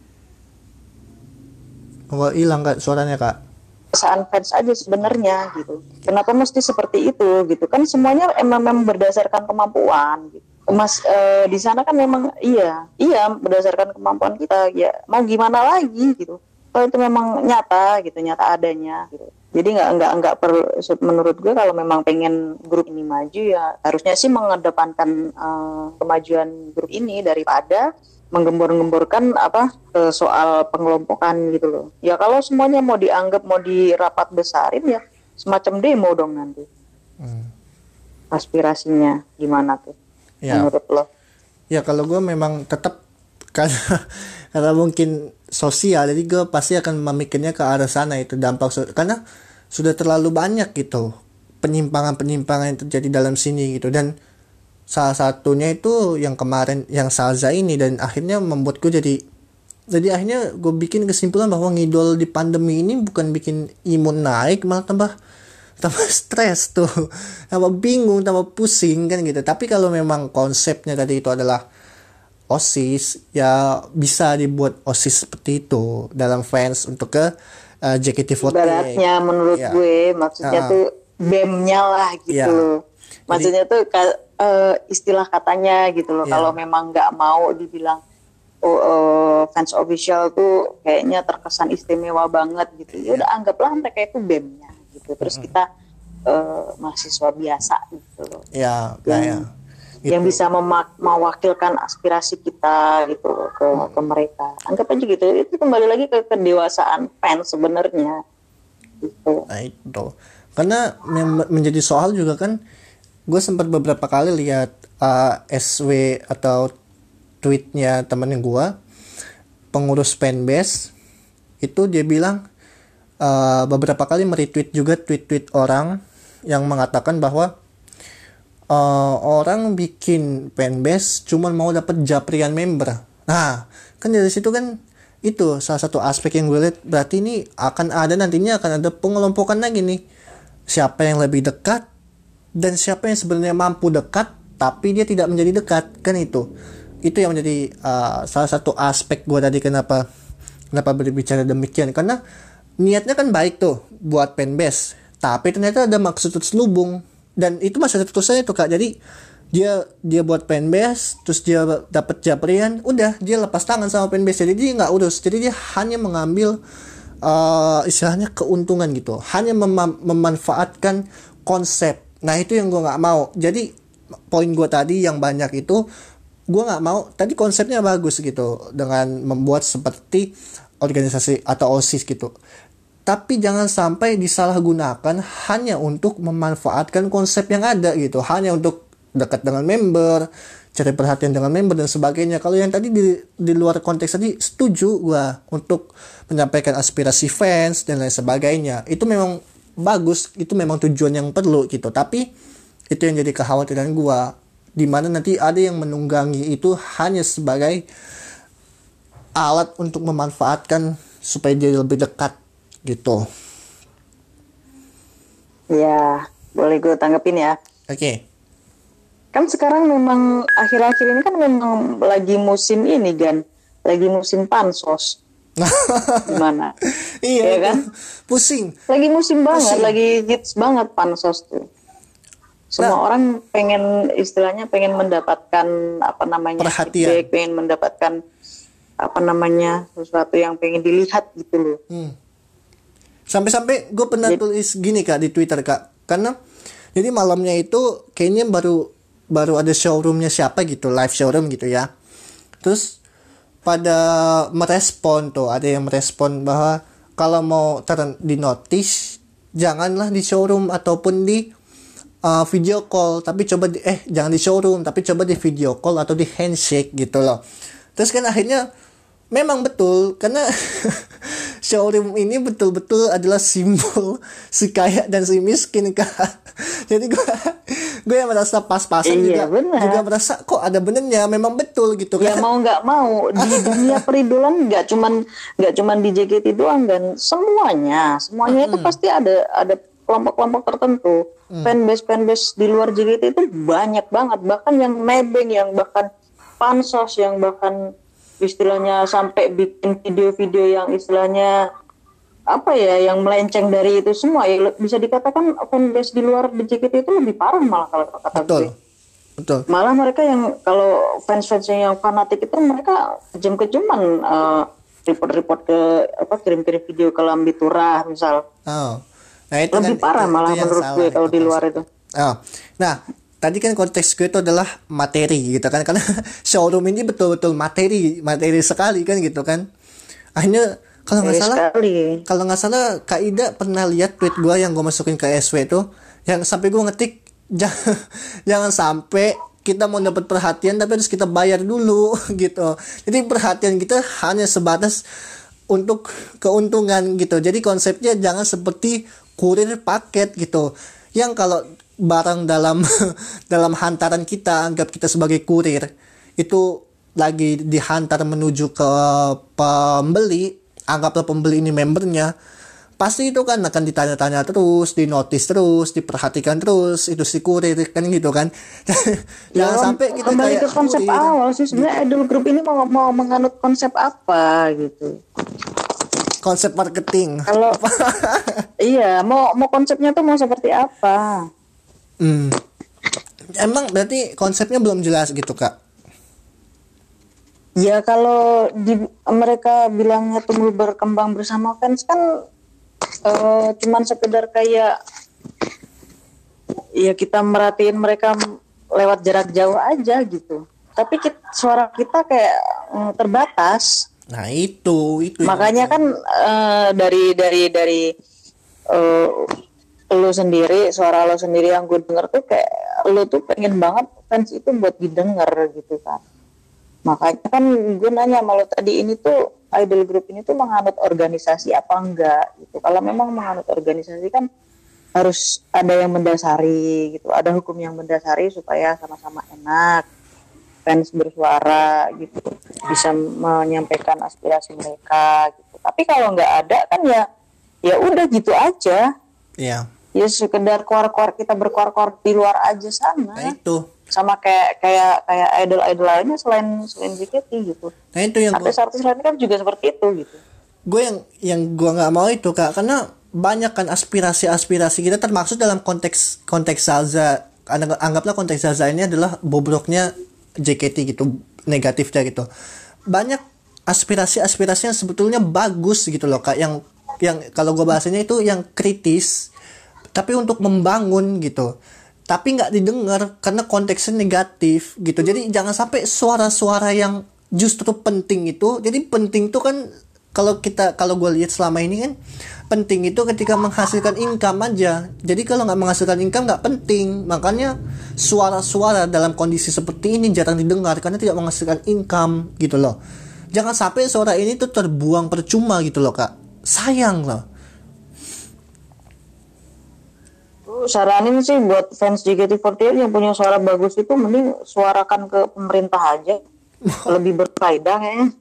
Oh, hilang kak suaranya kak. Perasaan fans aja sebenarnya gitu. Kenapa mesti seperti itu gitu? Kan semuanya emang, memang berdasarkan kemampuan gitu. Mas eh, di sana kan memang iya, iya berdasarkan kemampuan kita ya. Mau gimana lagi gitu? Kalau itu memang nyata gitu, nyata adanya gitu. Jadi nggak nggak nggak perlu, menurut gue kalau memang pengen grup ini maju ya harusnya sih mengedepankan eh, kemajuan grup ini daripada menggembor-gemborkan apa eh, soal pengelompokan gitu loh. Ya kalau semuanya mau dianggap mau dirapat besarin ya semacam demo dong nanti. Hmm. Aspirasinya gimana tuh Ya. menurut lo? Ya kalau gue memang tetap karena karena mungkin sosial, jadi gue pasti akan memikirnya ke arah sana itu dampak so- karena sudah terlalu banyak gitu penyimpangan-penyimpangan yang terjadi dalam sini gitu, dan salah satunya itu yang kemarin yang Salza ini, dan akhirnya membuat gue jadi jadi akhirnya gue bikin kesimpulan bahwa ngidol di pandemi ini bukan bikin imun naik, malah tambah tambah stres tuh, tambah bingung, tambah pusing kan gitu. Tapi kalau memang konsepnya tadi itu adalah OSIS, ya bisa dibuat OSIS seperti itu dalam fans untuk ke uh, J K T empat puluh delapan. Ibaratnya menurut Ya. gue maksudnya Ah. tuh B E M-nya lah gitu Ya. loh. Maksudnya tuh ka- eh, istilah katanya gitu loh. Ya. Kalau memang nggak mau dibilang oh, eh, fans official tuh kayaknya terkesan istimewa banget gitu. Ya udah anggaplah mereka itu B E M-nya gitu. Terus kita eh, mahasiswa biasa gitu loh. Ya, Yang, kayak yang bisa memak- mewakilkan aspirasi kita gitu loh ke, ke mereka. Anggap aja gitu. Itu kembali lagi ke kedewasaan fans sebenarnya. Gitu. Nah itu karena mem- menjadi soal juga kan, gue sempat beberapa kali lihat uh, S W atau tweetnya temen gue, pengurus fanbase itu, dia bilang uh, beberapa kali meretweet juga tweet-tweet orang yang mengatakan bahwa uh, orang bikin fanbase cuman mau dapat japrian member. Nah kan dari situ kan Itu salah satu aspek yang gue lihat, berarti ini akan ada nantinya akan ada pengelompokan lagi nih. Siapa yang lebih dekat dan siapa yang sebenarnya mampu dekat tapi dia tidak menjadi dekat, kan itu. Itu yang menjadi uh, salah satu aspek gue tadi kenapa kenapa berbicara demikian, karena niatnya kan baik tuh buat fanbase, tapi ternyata ada maksud terselubung dan itu masih ada terusnya itu Kak. Jadi dia dia buat fanbase, terus dia dapat japrian, udah dia lepas tangan sama fanbase, jadi dia nggak urus, jadi dia hanya mengambil uh, istilahnya keuntungan gitu, hanya mem- memanfaatkan konsep. Nah itu yang gue nggak mau. Jadi poin gue tadi yang banyak itu gue nggak mau. Tadi konsepnya bagus gitu dengan membuat seperti organisasi atau OSIS gitu, tapi jangan sampai disalahgunakan hanya untuk memanfaatkan konsep yang ada gitu, hanya untuk dekat dengan member, cari perhatian dengan member dan sebagainya. Kalau yang tadi di, di luar konteks tadi setuju gua untuk menyampaikan aspirasi fans dan lain sebagainya. Itu memang bagus, itu memang tujuan yang perlu gitu. Tapi itu yang jadi kekhawatiran gua, di mana nanti ada yang menunggangi itu hanya sebagai alat untuk memanfaatkan supaya dia lebih dekat gitu. Ya, boleh gue tanggepin ya. Oke. Okay. Kan sekarang memang akhir-akhir ini kan memang lagi musim ini kan, lagi musim pansos. Gimana? Iya ya kan? Pusing. Lagi musim banget, Pusing. lagi hits banget pansos tuh. Semua nah, orang pengen istilahnya pengen mendapatkan apa namanya perhatian, feedback, pengen mendapatkan apa namanya sesuatu yang pengen dilihat gitu loh. Hmm. Sampai-sampai gue pernah jadi, tulis gini Kak di Twitter Kak, karena jadi malamnya itu kayaknya baru baru ada showroomnya siapa gitu, live showroom gitu ya. Terus pada merespon tuh, ada yang merespon bahwa kalau mau ter- di notice janganlah di showroom ataupun di uh, video call, tapi coba di, eh jangan di showroom tapi coba di video call atau di handshake gitu loh. Terus kan akhirnya memang betul, karena showroom ini betul-betul adalah simbol si kaya dan si miskin Kak. Jadi gue gue yang merasa pas-pasan iya, juga bener. juga merasa kok ada benernya, memang betul gitu kan. Ya mau nggak mau di dunia peridolan nggak cuman nggak cuman di J K T doang dan semuanya semuanya mm-hmm. itu pasti ada ada kelompok-kelompok tertentu. Mm. Fanbase fanbase di luar J K T itu banyak banget, bahkan yang nebeng, yang bahkan pansos, yang bahkan istilahnya sampai bikin video-video yang istilahnya apa ya, yang melenceng dari itu semua. Ya, bisa dikatakan fanbase di luar di J K T itu lebih parah malah kalau kata betul. gue. Betul. Malah mereka yang kalau fans-fansnya yang fanatik itu mereka kejam-kejaman uh, report-report ke apa kirim-kirim video ke Lambi Turah misal. Oh. Nah, itu lebih kan, parah itu, malah itu menurut gue kalau di luar itu. Oh. Nah, tadi kan konteks gue itu adalah materi gitu kan, karena showroom ini betul-betul materi materi sekali kan gitu kan. Akhirnya kalau nggak salah sekali. kalau nggak salah Kak Ida pernah lihat tweet gue yang gue masukin ke S W itu, yang sampai gue ngetik jangan jangan sampai kita mau dapat perhatian tapi harus kita bayar dulu gitu. Jadi perhatian kita hanya sebatas untuk keuntungan gitu. Jadi konsepnya jangan seperti kurir paket gitu, yang kalau barang dalam dalam hantaran kita, anggap kita sebagai kurir, itu lagi dihantar menuju ke pembeli, anggaplah pembeli ini membernya, pasti itu kan akan ditanya-tanya terus, di notice terus, diperhatikan terus, itu si kurir kan gitu kan. Jangan ya, sampai kita kembali kayak ke konsep kurir. Awal sih sebenarnya gitu. Idol Group ini mau mau menganut konsep apa gitu. Konsep marketing. Kalau iya, mau mau konsepnya tuh mau seperti apa? Hmm. Emang berarti konsepnya belum jelas gitu Kak? Ya kalau di, mereka bilangnya tumbuh berkembang bersama fans kan uh, cuman sekedar kayak ya kita merhatiin mereka lewat jarak jauh aja gitu. Tapi kita, suara kita kayak um, terbatas. Nah itu itu makanya itu. Kan uh, dari dari dari uh, lo sendiri, suara lo sendiri yang gue denger tuh kayak lo tuh pengen banget fans itu buat didengar gitu kan. Makanya kan gue nanya sama lo tadi, ini tuh idol group ini tuh menganut organisasi apa enggak gitu. Kalau memang menganut organisasi kan harus ada yang mendasari gitu, ada hukum yang mendasari supaya sama-sama enak. fans bersuara gitu, bisa menyampaikan aspirasi mereka gitu. Tapi kalau nggak ada kan ya ya udah gitu aja. Iya. Ya sekedar keluar-keluar, kita berkeluar-keluar di luar aja sana. Nah itu. Sama kayak kayak kayak idol-idol lainnya selain selain J K T gitu. Nah itu yang artis-artis lain kan juga seperti itu gitu. Gue yang yang gue nggak mau itu Kak, karena banyak kan aspirasi-aspirasi kita, termasuk dalam konteks konteks Zaza. Anggaplah konteks Zaza ini adalah bobroknya J K T gitu, negatifnya gitu. Banyak aspirasi-aspirasi yang sebetulnya bagus gitu loh Kak, yang yang kalau gue bahasanya itu yang kritis, tapi untuk membangun gitu. Tapi nggak didengar karena konteksnya negatif gitu. Jadi jangan sampai suara-suara yang justru penting itu. Jadi penting itu kan kalau kita kalau gue lihat selama ini kan penting itu ketika menghasilkan income aja. Jadi kalau nggak menghasilkan income nggak penting. Makanya suara-suara dalam kondisi seperti ini jarang didengar karena tidak menghasilkan income gitu loh. Jangan sampai suara ini tuh terbuang percuma gitu loh Kak. Sayang loh. Saranin sih buat fans J K T empat delapan yang punya suara bagus itu mending suarakan ke pemerintah aja. Lebih berfaedah kayaknya.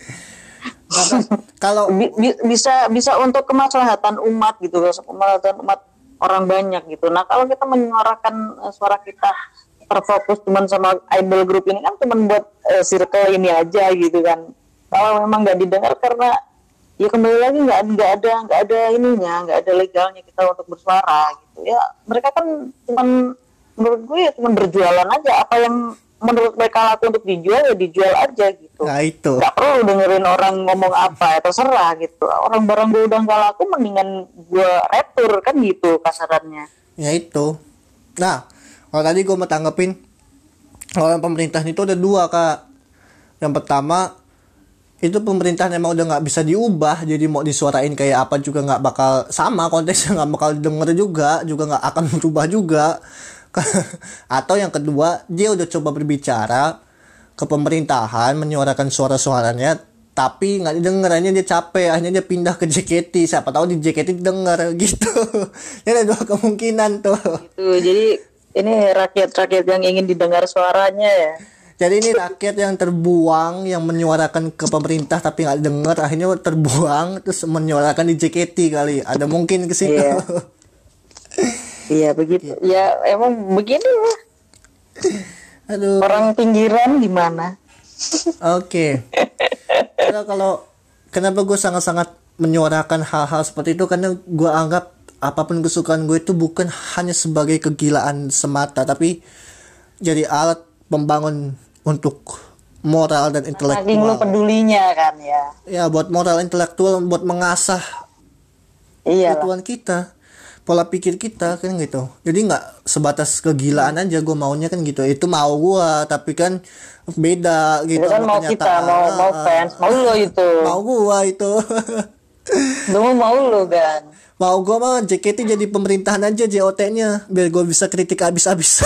Kalau bi- bi- bisa bisa untuk kemaslahatan umat gitu, kemaslahatan umat orang banyak gitu. Nah kalau kita menyuarakan uh, suara kita terfokus cuman sama idol group ini kan cuman buat uh, circle ini aja gitu kan. Kalau memang nggak didengar karena ya kembali lagi nggak nggak ada nggak ada ininya, nggak ada legalnya kita untuk bersuara gitu ya. Mereka kan cuman menurut gue ya cuman berjualan aja, apa yang menurut mereka laku untuk dijual ya dijual aja gitu. Nah itu. Gak perlu dengerin orang ngomong apa ya terserah gitu. Orang barang gue udah gak laku mendingan gue retur kan gitu kasarannya. Ya itu. Nah kalau tadi gue mau tanggepin, kalau pemerintah itu ada dua Kak. Yang pertama itu pemerintah emang udah nggak bisa diubah, jadi mau disuarain kayak apa juga nggak bakal sama, konteksnya nggak bakal denger juga, juga nggak akan berubah juga. Atau yang kedua, dia udah coba berbicara ke pemerintahan, menyuarakan suara-suaranya, tapi nggak didengerannya, dia capek, akhirnya dia pindah ke J K T. Siapa tahu di J K T denger gitu. Ini ada dua kemungkinan tuh. Gitu, jadi ini rakyat-rakyat yang ingin didengar suaranya ya. Jadi ini rakyat yang terbuang, yang menyuarakan ke pemerintah tapi nggak denger, akhirnya terbuang terus menyuarakan di J K T kali. Ada mungkin ke situ. Iya. Iya begitu. Ya emang begini lah. Aduh. Orang pinggiran di mana? Oke. Okay. Kalau kenapa gue sangat-sangat menyuarakan hal-hal seperti itu, karena gue anggap apapun kesukaan gue itu bukan hanya sebagai kegilaan semata, tapi jadi alat pembangun untuk moral dan intelektual. Saking lu pedulinya kan ya. Ya buat moral intelektual, buat mengasah pengetahuan kita, pola pikir kita kan gitu. Jadi nggak sebatas kegilaan aja gue maunya kan gitu. Itu mau gue, tapi kan beda gitu. Itu kan mau kita, mau mau fans, mau lo itu. Mau gue itu. Lu mau lo kan. Mau gue mah J K T jadi pemerintahan aja J O T-nya biar gue bisa kritik abis-abis.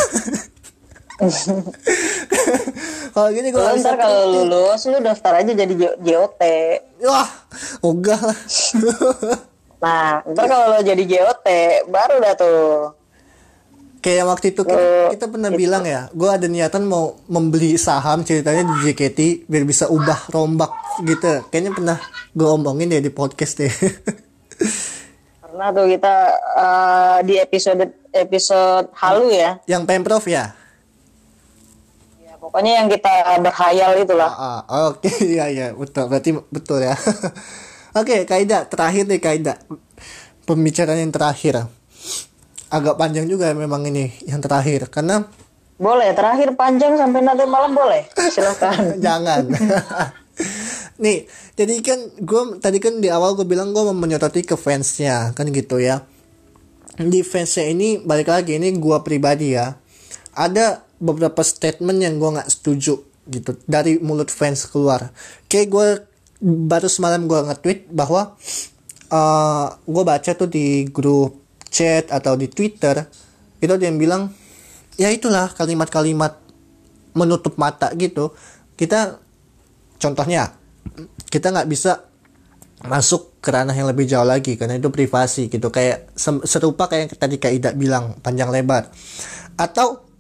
Kalau gini gue ntar kalau lulus lu daftar aja jadi J O T. Wah, ogah lah. Nah, ntar kalau lo jadi J O T baru dah tuh. Kayak waktu itu kita, uh, kita pernah gitu. bilang ya, gue ada niatan mau membeli saham ceritanya di J K T biar bisa ubah rombak gitu. Kayaknya pernah gue omongin deh di podcast deh. Karena tuh kita uh, di episode episode halu ya. Yang Pemprov ya. Ya pokoknya yang kita berhayal itulah. Ah, ah, oke okay. ya ya betul, berarti betul ya. Oke, okay, Kaida terakhir nih Kaida. Pembicaraan yang terakhir. Agak panjang juga memang ini yang terakhir karena boleh terakhir panjang sampai nanti malam boleh. Silakan. Jangan. Nih, jadi kan gue tadi kan di awal gue bilang gue mau menyoroti ke fansnya kan gitu ya. Di fansnya ini balik lagi ini gue pribadi ya. Ada beberapa statement yang gue nggak setuju gitu dari mulut fans keluar. Kayak gue baru semalam gue nge-tweet bahwa uh, gue baca tuh di grup chat atau di Twitter itu ada yang bilang ya itulah kalimat-kalimat menutup mata gitu. Kita contohnya kita nggak bisa masuk ke ranah yang lebih jauh lagi karena itu privasi gitu, kayak serupa kayak yang tadi Kak Ida bilang panjang lebar. Atau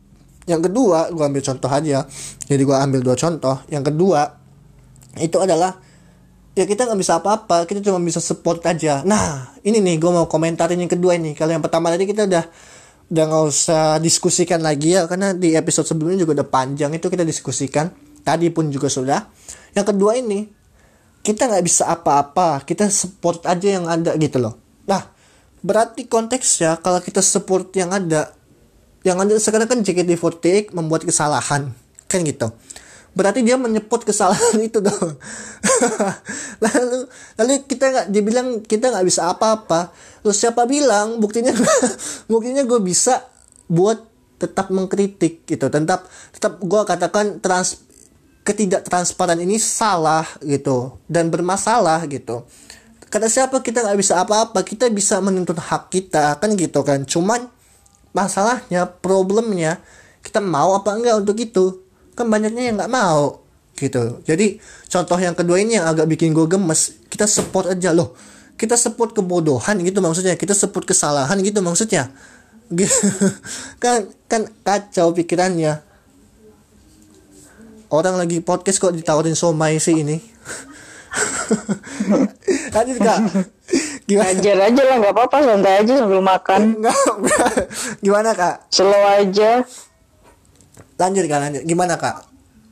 Yang kedua, gue ambil contoh aja. Jadi gue ambil dua contoh. Yang kedua itu adalah ya kita nggak bisa apa-apa, kita cuma bisa support aja. Nah ini nih gue mau komentarin yang kedua ini. Kalau yang pertama tadi kita udah udah nggak usah diskusikan lagi ya, karena di episode sebelumnya juga udah panjang itu kita diskusikan. Tadi pun juga sudah. Yang kedua ini kita nggak bisa apa-apa, kita support aja yang ada gitu loh. Nah berarti konteksnya kalau kita support yang ada, yang ada sekarang kan J K T empat puluh delapan membuat kesalahan kan gitu, berarti dia menyebut kesalahan itu dong. lalu lalu kita nggak, dibilang kita nggak bisa apa-apa, terus siapa bilang buktinya? Buktinya gue bisa buat tetap mengkritik gitu, tetap tetap gue katakan trans ketidaktransparan ini salah gitu dan bermasalah gitu. Kata siapa kita nggak bisa apa-apa, kita bisa menuntut hak kita kan gitu kan. Cuman masalahnya, problemnya kita mau apa enggak untuk itu, kan banyaknya yang nggak mau gitu. Jadi contoh yang kedua ini yang agak bikin gue gemes, kita support aja loh, kita support kebodohan gitu maksudnya, kita support kesalahan gitu maksudnya. kan kan kacau pikirannya. Orang lagi podcast kok ditawarin somai sih ini. Lanjut kak. Gimana? Ajar aja lah, nggak apa-apa, santai aja sambil makan. Gimana kak? Slow aja. Lanjut kak, lanjut. Gimana kak?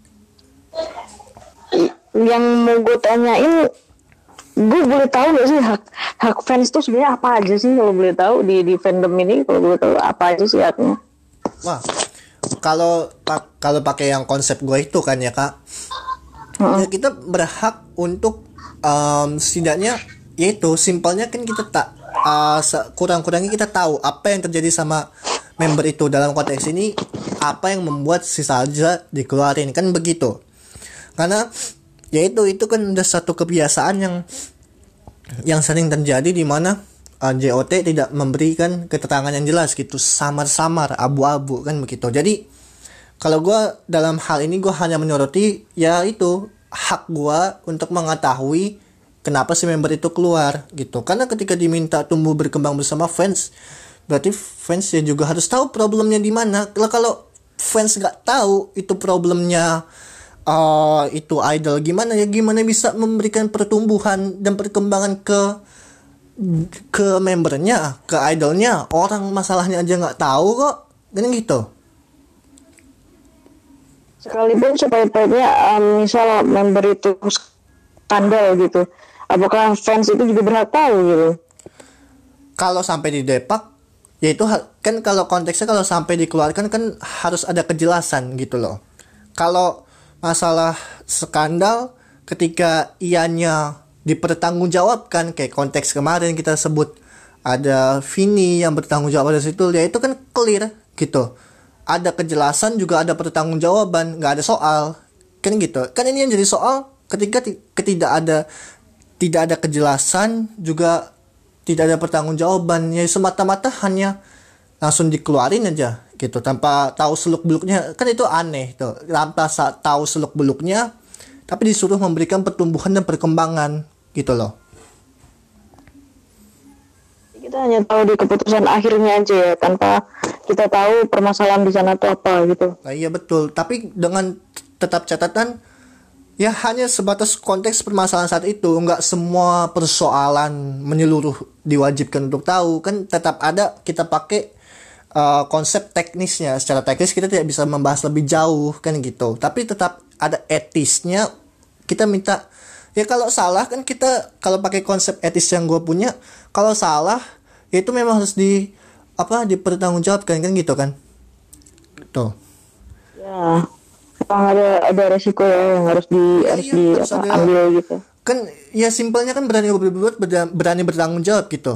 Yang mau gue tanyain, gue boleh tahu nggak sih hak hak fans tuh sebenarnya apa aja sih, kalau boleh tahu di di fandom ini, kalau boleh tahu apa aja sih haknya? Wah, kalau pak kalau pakai yang konsep gue itu kan ya kak, uh-uh. ya kita berhak untuk um, setidaknya yaitu simpelnya kan kita tak uh, kurang-kurangnya kita tahu apa yang terjadi sama member itu. Dalam konteks ini apa yang membuat si Salja dikeluarin kan begitu, karena yaitu itu kan udah satu kebiasaan yang yang sering terjadi di mana uh, J O T tidak memberikan keterangan yang jelas gitu, samar-samar, abu-abu kan begitu. Jadi kalau gue dalam hal ini gue hanya menyoroti ya itu hak gue untuk mengetahui kenapa si member itu keluar gitu. Karena ketika diminta tumbuh berkembang bersama fans, berarti fans ya juga harus tahu problemnya di mana. Kalau fans nggak tahu itu problemnya uh, itu idol gimana, ya gimana bisa memberikan pertumbuhan dan perkembangan ke ke membernya, ke idolnya. Orang masalahnya aja nggak tahu kok, kan gitu. Sekalipun sebaik-baiknya um, misal member itu skandal gitu, apakah fans itu juga berhak tahu gitu? Kalau sampai di depak, ya itu kan kalau konteksnya kalau sampai dikeluarkan kan harus ada kejelasan gitu loh. Kalau masalah skandal ketika ianya dipertanggungjawabkan, kayak konteks kemarin kita sebut ada Vini yang bertanggung jawab dari situ, ya itu kan clear gitu. Ada kejelasan juga ada pertanggungjawaban, nggak ada soal kan gitu. Kan ini yang jadi soal ketika t- ketidak ada tidak ada kejelasan juga tidak ada pertanggungjawaban, ya semata-mata hanya langsung dikeluarin aja gitu tanpa tahu seluk beluknya, kan itu aneh tuh. Tanpa tahu seluk beluknya tapi disuruh memberikan pertumbuhan dan perkembangan gitu loh. Kita hanya tahu di keputusan akhirnya aja ya, tanpa kita tahu permasalahan di sana itu apa gitu. Nah, iya betul, tapi dengan tetap catatan ya hanya sebatas konteks permasalahan saat itu, nggak semua persoalan menyeluruh diwajibkan untuk tahu. Kan tetap ada kita pakai uh, konsep teknisnya. Secara teknis kita tidak bisa membahas lebih jauh kan gitu, tapi tetap ada etisnya. Kita minta ya kalau salah kan kita, kalau pakai konsep etis yang gue punya, kalau salah ya itu memang harus di apa dipertanggungjawabkan kan gitu kan. Tuh. Ya, memang ada ada resiko ya yang harus di ya, harus iya, di harus apa, ada, ambil gitu. Kan ya simpelnya kan berani berbuat, berani bertanggung jawab gitu.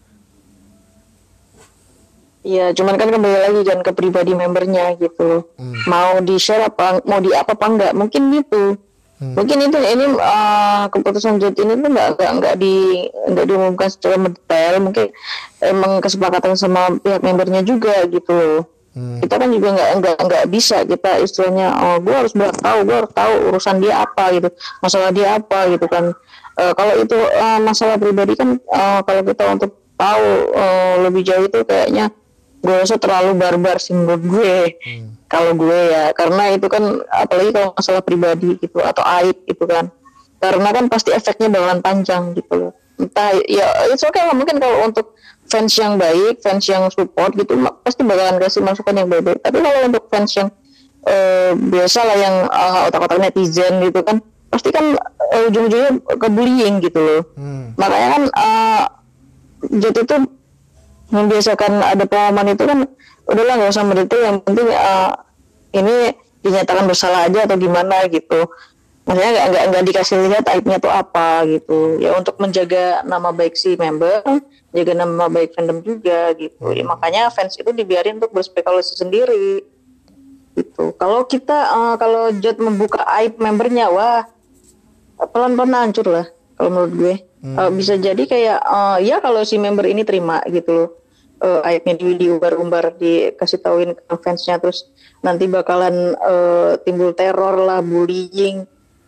Iya, cuman kan kembali lagi kan ke pribadi membernya gitu. Hmm. Mau di share apa, mau di apa apa enggak, mungkin gitu. Hmm. Mungkin itu ini uh, keputusan J ini tuh nggak nggak nggak di nggak diumumkan secara mendetail, mungkin emang kesepakatan sama pihak membernya juga gitu. Hmm. Kita kan juga nggak nggak nggak bisa kita istilahnya, oh gue harus berhak tahu, gue harus tahu urusan dia apa gitu, masalah dia apa gitu kan. Uh, kalau itu uh, masalah pribadi kan, uh, kalau kita untuk tahu uh, lebih jauh itu kayaknya gue rasa terlalu barbar sih menurut gue. Hmm. Kalau gue ya, karena itu kan apalagi kalau masalah pribadi gitu atau aib gitu kan, karena kan pasti efeknya bakalan panjang gitu loh. Entah ya itu oke lah, mungkin kalau untuk fans yang baik, fans yang support gitu pasti bakalan kasih masukan yang baik-baik. Tapi kalau untuk fans yang uh, biasa lah yang uh, otak-otak netizen gitu kan, pasti kan uh, ujung-ujungnya ke bullying gitu loh. Hmm. Makanya kan uh, Jet itu membiasakan ada pengumuman itu kan udahlah nggak usah mendetail, yang penting uh, ini dinyatakan bersalah aja atau gimana gitu. Maksudnya nggak nggak nggak dikasih lihat aibnya tuh apa gitu ya, untuk menjaga nama baik si member, jaga nama baik fandom juga gitu ya. Makanya fans itu dibiarin untuk berspekulasi sendiri gitu. Kalau kita uh, kalau Jet membuka aib membernya, wah pelan-pelan hancur lah kalau menurut gue. hmm. uh, bisa jadi kayak uh, ya kalau si member ini terima gitu loh, uh, aibnya di diumbar-umbar, dikasih tauin ke fansnya, terus nanti bakalan uh, timbul teror lah, bullying.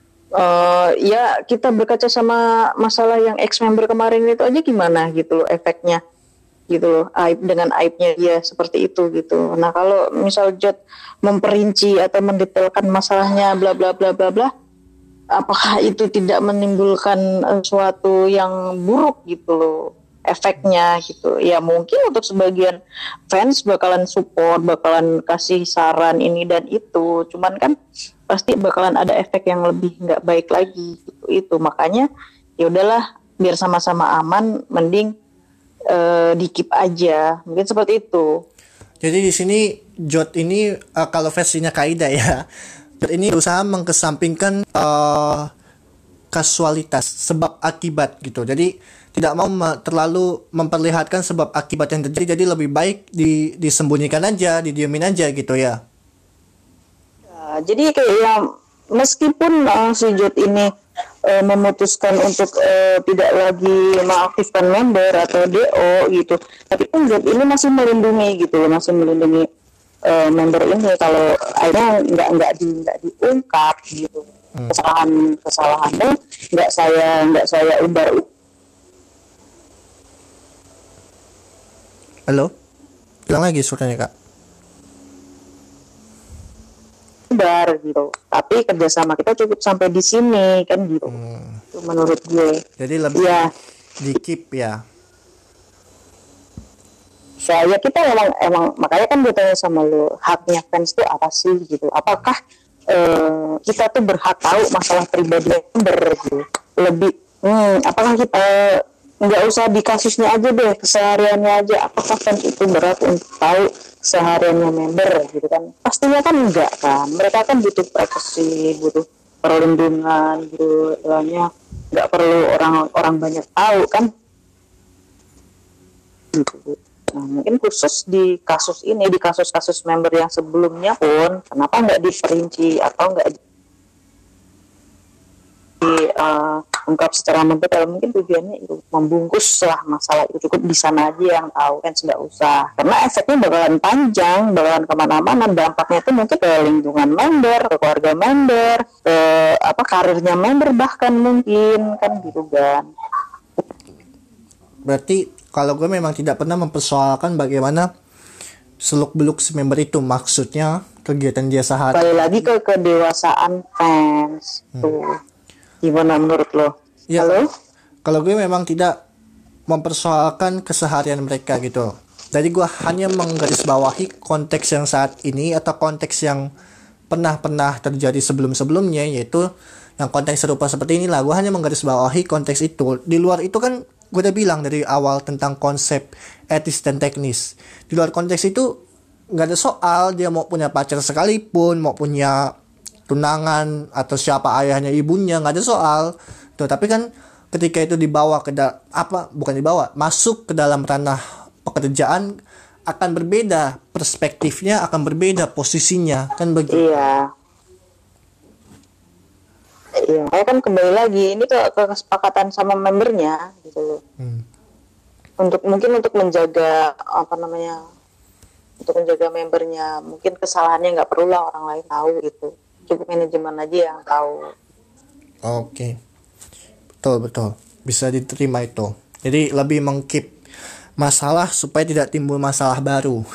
Uh, ya kita berkaca sama masalah yang ex member kemarin itu aja gimana gitu loh efeknya gitu loh, aib dengan aibnya dia seperti itu gitu. Nah kalau misal Jet memperinci atau mendetailkan masalahnya bla bla bla bla bla, apakah itu tidak menimbulkan uh, suatu yang buruk gitu loh efeknya gitu ya. Mungkin untuk sebagian fans bakalan support, bakalan kasih saran ini dan itu, cuman kan pasti bakalan ada efek yang lebih nggak baik lagi gitu. Itu makanya ya udahlah biar sama-sama aman, mending uh, di keep aja, mungkin seperti itu. Jadi di sini Jot ini uh, kalau versinya Kaida ya, Jot ini berusaha mengkesampingkan uh, kasualitas sebab akibat gitu. Jadi tidak mau me- terlalu memperlihatkan sebab akibat yang terjadi, jadi lebih baik di disembunyikan aja, didiemin aja gitu ya. Ya jadi kayak ya, meskipun uh, si Jot ini uh, memutuskan untuk uh, tidak lagi mengaktifkan member atau D O gitu, tapi pun Jot ini masih melindungi gitu loh, masih melindungi uh, member ini kalau akhirnya nggak nggak di nggak diungkap gitu. Hmm. kesalahan kesalahannya nggak saya nggak saya umbar. Halo, bilang lagi suaranya kak. Umbar gitu, tapi kerjasama kita cukup sampai di sini kan gitu. Hmm. Itu menurut gue. Jadi lebih ya di keep ya. Saya kita emang emang makanya kan gue tanya sama lo, haknya fans tuh apa sih gitu? Apakah Uh, kita tuh berhak tahu masalah pribadi member gitu. Lebih hmm, apakah kita nggak uh, usah di kasusnya aja deh, kesehariannya aja, apakah fans itu berat untuk tahu kesehariannya member gitu kan? Pastinya kan enggak kan, mereka kan butuh privacy, butuh perlindungan gitu, soalnya nggak perlu orang-orang banyak tahu kan gitu. Nah, mungkin khusus di kasus ini, di kasus-kasus member yang sebelumnya pun, kenapa nggak diperinci atau nggak diungkap uh, secara mendetail? Mungkin tujuannya itu membungkus lah masalah itu, cukup di sana aja yang tahu, kan nggak usah, karena efeknya bakalan panjang, bakalan kemana-mana, dampaknya itu mungkin ke lingkungan member, ke keluarga member, ke apa karirnya member bahkan mungkin kan gitu kan. Berarti kalau gue memang tidak pernah mempersoalkan bagaimana seluk-beluk si member itu, maksudnya kegiatan dia sehari. Balik lagi ke kedewasaan fans. Hmm. Tuh. Gimana menurut lo? Ya, halo? Kalau gue memang tidak mempersoalkan keseharian mereka gitu. Jadi gue hanya menggarisbawahi konteks yang saat ini atau konteks yang pernah-pernah terjadi sebelum-sebelumnya, yaitu yang konteks serupa seperti inilah. Gue hanya menggarisbawahi konteks itu. Di luar itu kan gue udah bilang dari awal tentang konsep etis dan teknis. Di luar konteks itu nggak ada soal dia mau punya pacar sekalipun, mau punya tunangan atau siapa ayahnya ibunya, nggak ada soal tuh. Tapi kan ketika itu dibawa ke da- apa bukan dibawa masuk ke dalam ranah pekerjaan, akan berbeda perspektifnya, akan berbeda posisinya kan begitu. Iya. Iya, saya kan kembali lagi ini ke, ke kesepakatan sama membernya gitu loh. Hmm. Untuk mungkin untuk menjaga apa namanya, untuk menjaga membernya, mungkin kesalahannya nggak perlu lah orang lain tahu gitu. Cukup manajemen aja yang tahu. Oke, betul betul bisa diterima itu. Jadi lebih mengkeep masalah supaya tidak timbul masalah baru.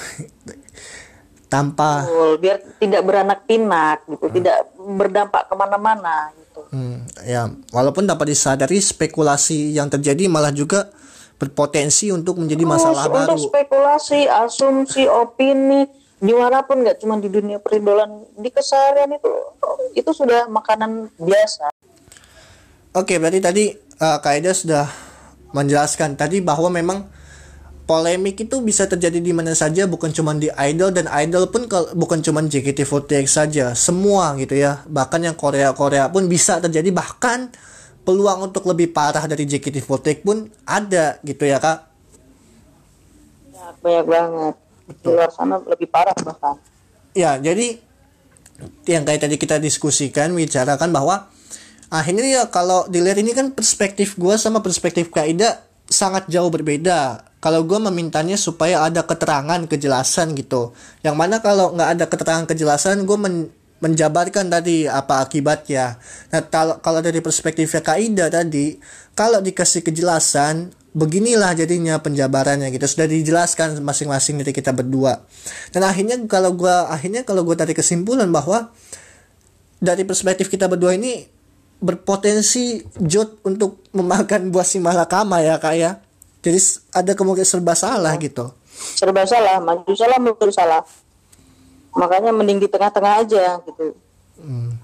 Tanpa Betul, biar tidak beranak pinak gitu, hmm. tidak berdampak kemana-mana gitu. Hmm, ya, walaupun dapat disadari spekulasi yang terjadi malah juga berpotensi untuk menjadi masalah Terus, baru. Untuk spekulasi, asumsi, opini, dimanapun, nggak cuma di dunia peridolan, di keseharian itu itu sudah makanan biasa. Oke, berarti tadi uh, Kak Ida sudah menjelaskan tadi bahwa memang polemik itu bisa terjadi di mana saja, bukan cuma di idol, dan idol pun kalau bukan cuma J K T empat puluh delapan saja, semua gitu ya. Bahkan yang Korea-Korea pun bisa terjadi, bahkan peluang untuk lebih parah dari J K T empat puluh delapan pun ada gitu ya, Kak. Ya, banyak banget. Betul. Di luar sana lebih parah bahkan. Ya, jadi yang kayak tadi kita diskusikan, bicarakan bahwa akhirnya ya kalau dilihat ini kan perspektif gue sama perspektif Kak Ida sangat jauh berbeda. Kalau gue memintanya supaya ada keterangan, kejelasan gitu. Yang mana kalau nggak ada keterangan, kejelasan, gue men- menjabarkan tadi apa akibatnya. Nah, kalau kalau dari perspektifnya Kak Ida tadi, kalau dikasih kejelasan, beginilah jadinya penjabarannya gitu. Sudah dijelaskan masing-masing dari kita berdua. Dan akhirnya kalau gue akhirnya kalau gue tarik kesimpulan bahwa dari perspektif kita berdua ini berpotensi jod untuk memakan buah si malakama ya, Kak ya. Jadi ada kemungkinan serba salah gitu. Serba salah, maju salah, mundur salah. Makanya mending di tengah-tengah aja gitu. Hmm.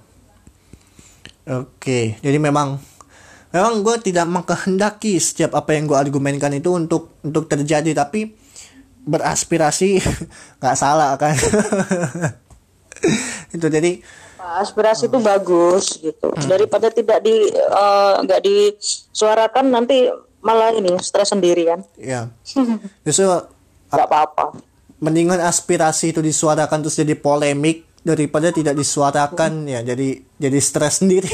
Oke, jadi memang memang gue tidak mengkehendaki setiap apa yang gue argumenkan itu untuk untuk terjadi, tapi beraspirasi nggak salah kan. Itu jadi aspirasi itu hmm. bagus gitu. Hmm. Daripada tidak di nggak uh, disuarakan nanti malah ini stres sendiri kan. Iya. Justru nggak apa-apa. Mendingan aspirasi itu disuarakan terus jadi polemik daripada tidak disuarakan, hmm. ya jadi jadi stres sendiri.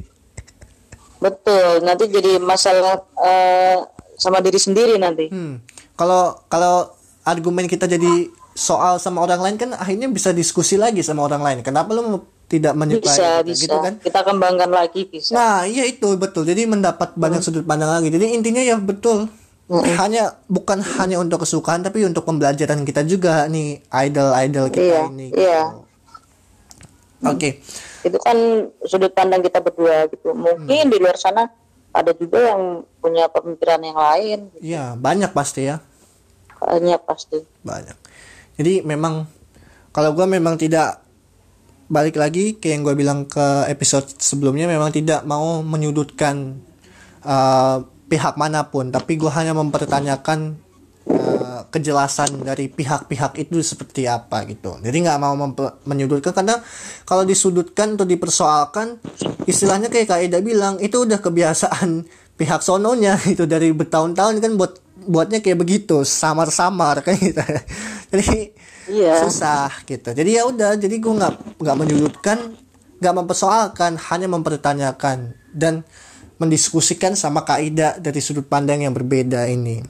Betul, nanti jadi masalah uh, sama diri sendiri nanti. Hmm. Kalau kalau argumen kita jadi soal sama orang lain kan akhirnya bisa diskusi lagi sama orang lain. Kenapa lu tidak menyukai bisa, kita, bisa. gitu kan? Kita kembangkan lagi bisa. Nah, iya itu betul. Jadi mendapat banyak hmm. sudut pandang lagi. Jadi intinya ya betul. Hmm. Hanya bukan hanya untuk kesukaan tapi untuk pembelajaran kita juga nih idol-idol kita iya, ini. Iya. Gitu. Oke. Okay. Itu kan sudut pandang kita berdua gitu. Mungkin hmm. di luar sana ada juga yang punya pemikiran yang lain. Gitu. Iya, banyak pasti ya. Banyak pasti. Banyak. Jadi memang kalau gue memang tidak balik lagi kayak yang gue bilang ke episode sebelumnya, memang tidak mau menyudutkan uh, pihak manapun, tapi gue hanya mempertanyakan uh, kejelasan dari pihak-pihak itu seperti apa gitu. Jadi nggak mau memper- menyudutkan, karena kalau disudutkan atau dipersoalkan, istilahnya kayak Kak Ida bilang itu udah kebiasaan pihak sononya itu dari bertahun-tahun kan buat buatnya kayak begitu, samar-samar kayak gitu. Jadi iya. Susah gitu. Jadi ya udah, jadi gue nggak nggak menyudutkan, nggak mempersoalkan, hanya mempertanyakan dan mendiskusikan sama Kak Ida dari sudut pandang yang berbeda ini.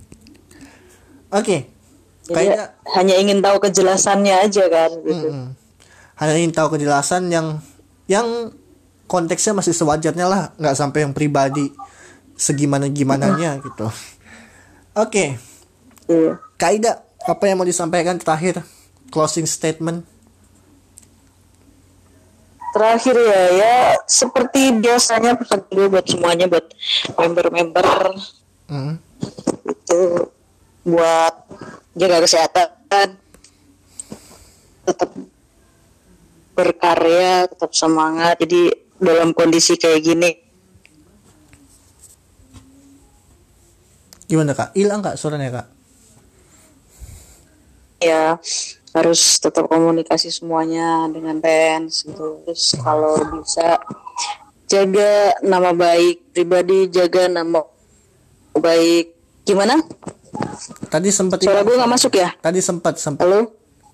Oke, okay. Kak Ida hanya ingin tahu kejelasannya aja kan gitu. Mm-mm. Hanya ingin tahu kejelasan yang yang konteksnya masih sewajarnya lah, nggak sampai yang pribadi segimana gimananya mm. gitu. Oke, okay. Iya. Kak Ida, apa yang mau disampaikan terakhir, closing statement? Terakhir ya, ya seperti biasanya pesan gue buat semuanya, buat member-member mm. itu, buat jaga kesehatan, tetap berkarya, tetap semangat. Jadi dalam kondisi kayak gini. Gimana Kak? Hilang Kak suaranya Kak? Ya harus tetap komunikasi semuanya dengan fans gitu. Terus kalau bisa jaga nama baik pribadi, jaga nama baik. Gimana? Tadi sempat. Suara gue nggak masuk ya? Tadi sempat sempat. Halo?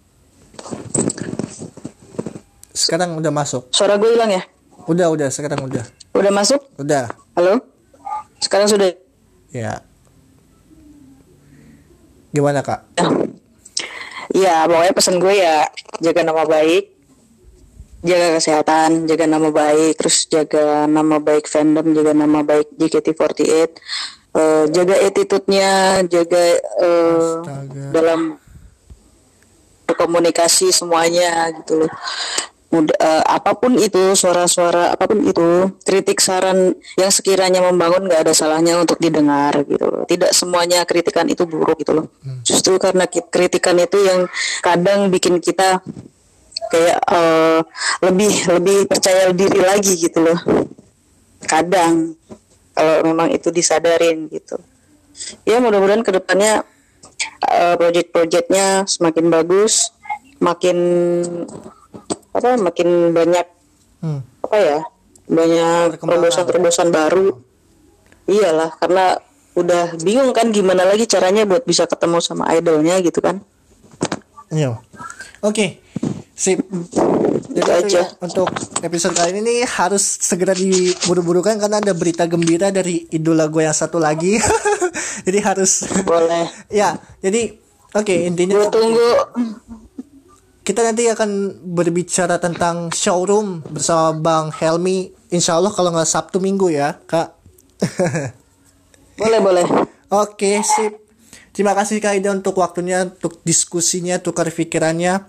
Sekarang udah masuk. Suara gue hilang ya? Udah udah sekarang udah. Udah masuk? Udah. Halo? Sekarang sudah. Ya. Gimana Kak? Ya pokoknya pesan gue ya jaga nama baik, jaga kesehatan, jaga nama baik, terus jaga nama baik fandom, jaga nama baik J K T empat puluh delapan. uh, jaga attitude-nya, jaga uh, dalam berkomunikasi semuanya gitu loh. Mudah, uh, apapun itu, suara-suara apapun itu, kritik saran yang sekiranya membangun nggak ada salahnya untuk didengar gitu loh. Tidak semuanya kritikan itu buruk gitu loh. Hmm. Justru karena kritikan itu yang kadang bikin kita kayak uh, lebih lebih percaya diri lagi gitu loh. Kadang kalau memang itu disadarin gitu. Ya mudah-mudahan kedepannya uh, project-projectnya semakin bagus, makin apa makin banyak hmm. apa ya banyak terobosan-terobosan baru. Iyalah, karena udah bingung kan gimana lagi caranya buat bisa ketemu sama idolnya gitu kan. Iya. Oke. Okay. Sip. Jadi aja. Ya, untuk episode kali ini harus segera diburu-burukan karena ada berita gembira dari idola gue yang satu lagi. Jadi harus boleh. Ya, jadi oke, okay, intinya gue tunggu. Kita nanti akan berbicara tentang showroom bersama Bang Helmi. Insya Allah kalau nggak Sabtu Minggu ya, Kak. Boleh, boleh. Oke, sip. Terima kasih Kak Ida untuk waktunya, untuk diskusinya, tukar pikirannya.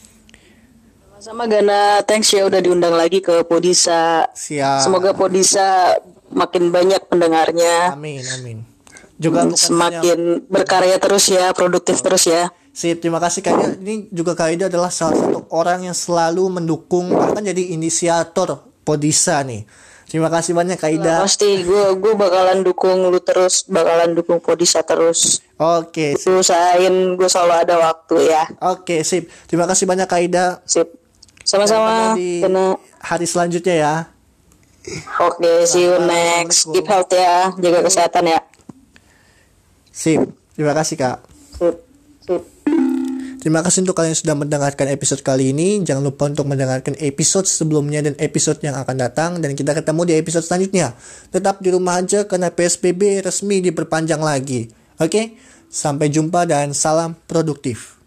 Sama Gana, thanks ya udah diundang lagi ke Podisa. Siap. Semoga Podisa makin banyak pendengarnya. Amin, amin. Juga semakin hanya berkarya terus ya, produktif oh. terus ya. Sip, terima kasih Kak Ida. Ini juga Kak Ida adalah salah satu orang yang selalu mendukung, bahkan jadi inisiator Podisa nih. Terima kasih banyak Kak Ida. Nah, pasti gue gue bakalan dukung lu terus, bakalan dukung Podisa terus. Oke. Gue usahain gue selalu ada waktu ya. Oke, sip. Terima kasih banyak Kak Ida. Sip. Sama-sama. Di hari selanjutnya ya. Oke, see you next. Keep health ya, jaga kesehatan ya. Sip. Terima kasih Kak. Sip. Sip. Terima kasih untuk kalian yang sudah mendengarkan episode kali ini. Jangan lupa untuk mendengarkan episode sebelumnya dan episode yang akan datang. Dan kita ketemu di episode selanjutnya. Tetap di rumah aja karena P S B B resmi diperpanjang lagi. Oke? Sampai jumpa dan salam produktif.